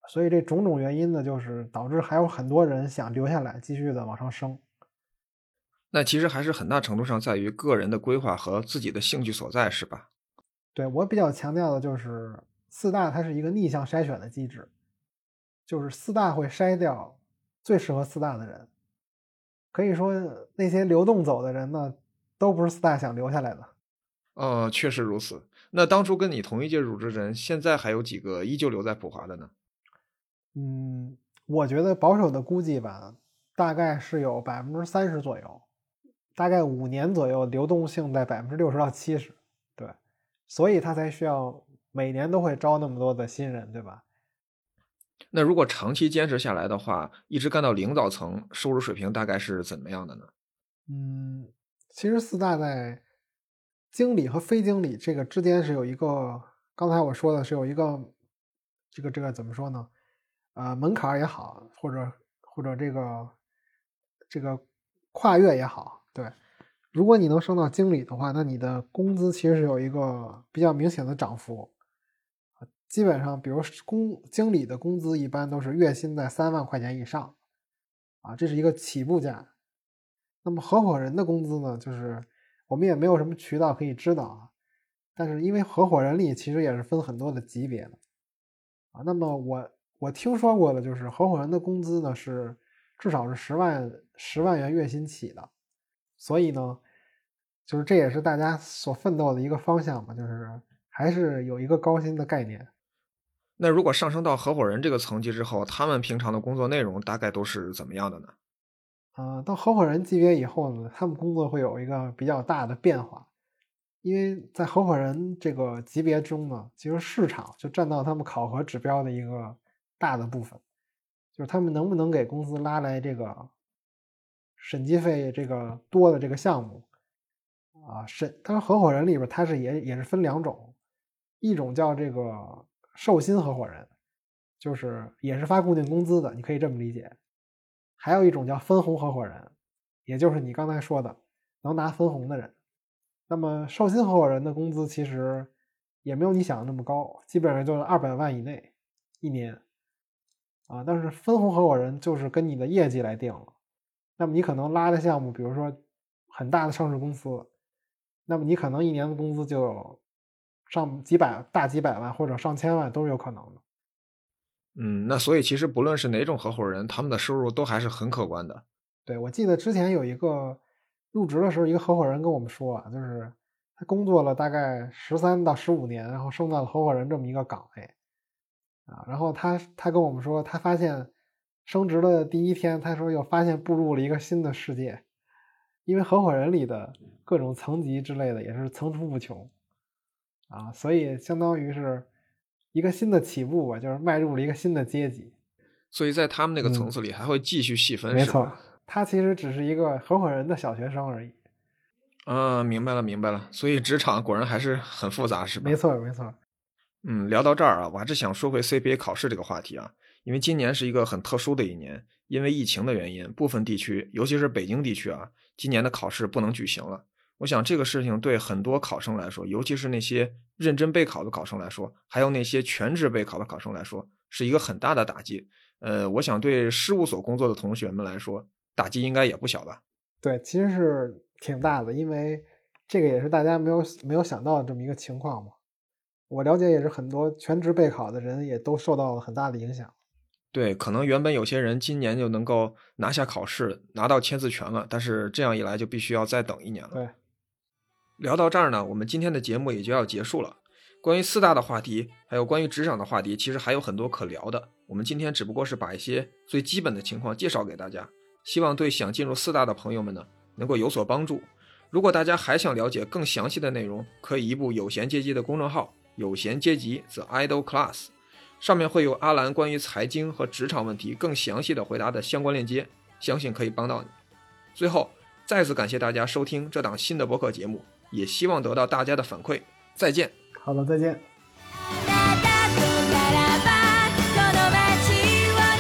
所以这种种原因呢，就是导致还有很多人想留下来继续的往上升。 那其实还是很大程度上在于个人的规划和自己的兴趣所在，是吧？ 对，我比较强调的就是四大它是一个逆向筛选的机制，就是四大会筛掉最适合四大的人。可以说那些流动走的人呢，都不是四大想留下来的。 哦，确实如此。那当初跟你同一届入职人，现在还有几个依旧留在普华的呢？ 嗯，我觉得保守的估计吧，大概是有百分之三十左右，大概五年左右，流动性在百分之六十到七十，对，所以他才需要每年都会招那么多的新人，对吧？ 那如果长期坚持下来的话，一直干到领导层，收入水平大概是怎么样的呢？ 嗯，其实四大在经理和非经理这个之间是有一个，刚才我说的是有一个，这个这个怎么说呢？呃，门槛也好，或者或者这个这个跨越也好，对，如果你能升到经理的话，那你的工资其实是有一个比较明显的涨幅。基本上，比如工经理的工资一般都是月薪在三万块钱以上，啊，这是一个起步价。那么合伙人的工资呢，就是我们也没有什么渠道可以知道啊，但是因为合伙人里其实也是分很多的级别的啊。那么我我听说过的就是合伙人的工资呢是至少是十万十万元月薪起的，所以呢，就是这也是大家所奋斗的一个方向嘛，就是还是有一个高薪的概念。 那如果上升到合伙人这个层级之后，他们平常的工作内容大概都是怎么样的呢？ 呃，到合伙人级别以后呢，他们工作会有一个比较大的变化，因为在合伙人这个级别中呢，其实市场就占到他们考核指标的一个大的部分，就是他们能不能给公司拉来这个审计费这个多的这个项目啊。审，当然合伙人里边它是也也是分两种，一种叫这个授薪合伙人，就是也是发固定工资的，你可以这么理解。还有一种叫分红合伙人，也就是你刚才说的能拿分红的人。那么授薪合伙人的工资其实也没有你想的那么高，基本上就是二百万以内一年啊。但是分红合伙人就是跟你的业绩来定了。那么你可能拉的项目，比如说很大的上市公司，那么你可能一年的工资就有上几百大几百万或者上千万都是有可能的。 嗯，那所以其实不论是哪种合伙人，他们的收入都还是很可观的。 对，我记得之前有一个入职的时候，一个合伙人跟我们说啊，就是他工作了大概十三到十五年，然后升到了合伙人这么一个岗位啊。然后他他跟我们说，他发现升职的第一天，他说又发现步入了一个新的世界，因为合伙人里的各种层级之类的也是层出不穷啊，所以相当于是一个新的起步吧，就是迈入了一个新的阶级。 所以在他们那个层次里还会继续细分， 嗯、没错， 是吧？ 他其实只是一个合伙人的小学生而已。 嗯，明白了明白了。所以职场果然还是很复杂，是吧？ 没错没错。 嗯，聊到这儿啊，我还是想说回 C P A 考试这个话题啊，因为今年是一个很特殊的一年，因为疫情的原因，部分地区，尤其是北京地区啊，今年的考试不能举行了。我想这个事情对很多考生来说，尤其是那些认真备考的考生来说，还有那些全职备考的考生来说，是一个很大的打击。呃，我想对事务所工作的同学们来说，打击应该也不小吧？ 对，其实是挺大的，因为这个也是大家没有没有想到的这么一个情况嘛。我了解也是很多全职备考的人也都受到了很大的影响。 对，可能原本有些人今年就能够拿下考试，拿到签字权了，但是这样一来就必须要再等一年了。 对， 聊到这儿呢，我们今天的节目也就要结束了。关于四大的话题，还有关于职场的话题，其实还有很多可聊的。我们今天只不过是把一些最基本的情况介绍给大家，希望对想进入四大的朋友们呢能够有所帮助。如果大家还想了解更详细的内容，可以移步有闲阶级的公众号有闲阶级 The Idle Class， 上面会有阿兰关于财经和职场问题更详细的回答的相关链接，相信可以帮到你。最后再次感谢大家收听这档新的播客节目，也希望得到大家的反馈。再见。 好的，再见。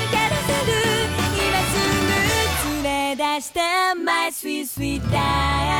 My sweet sweet diary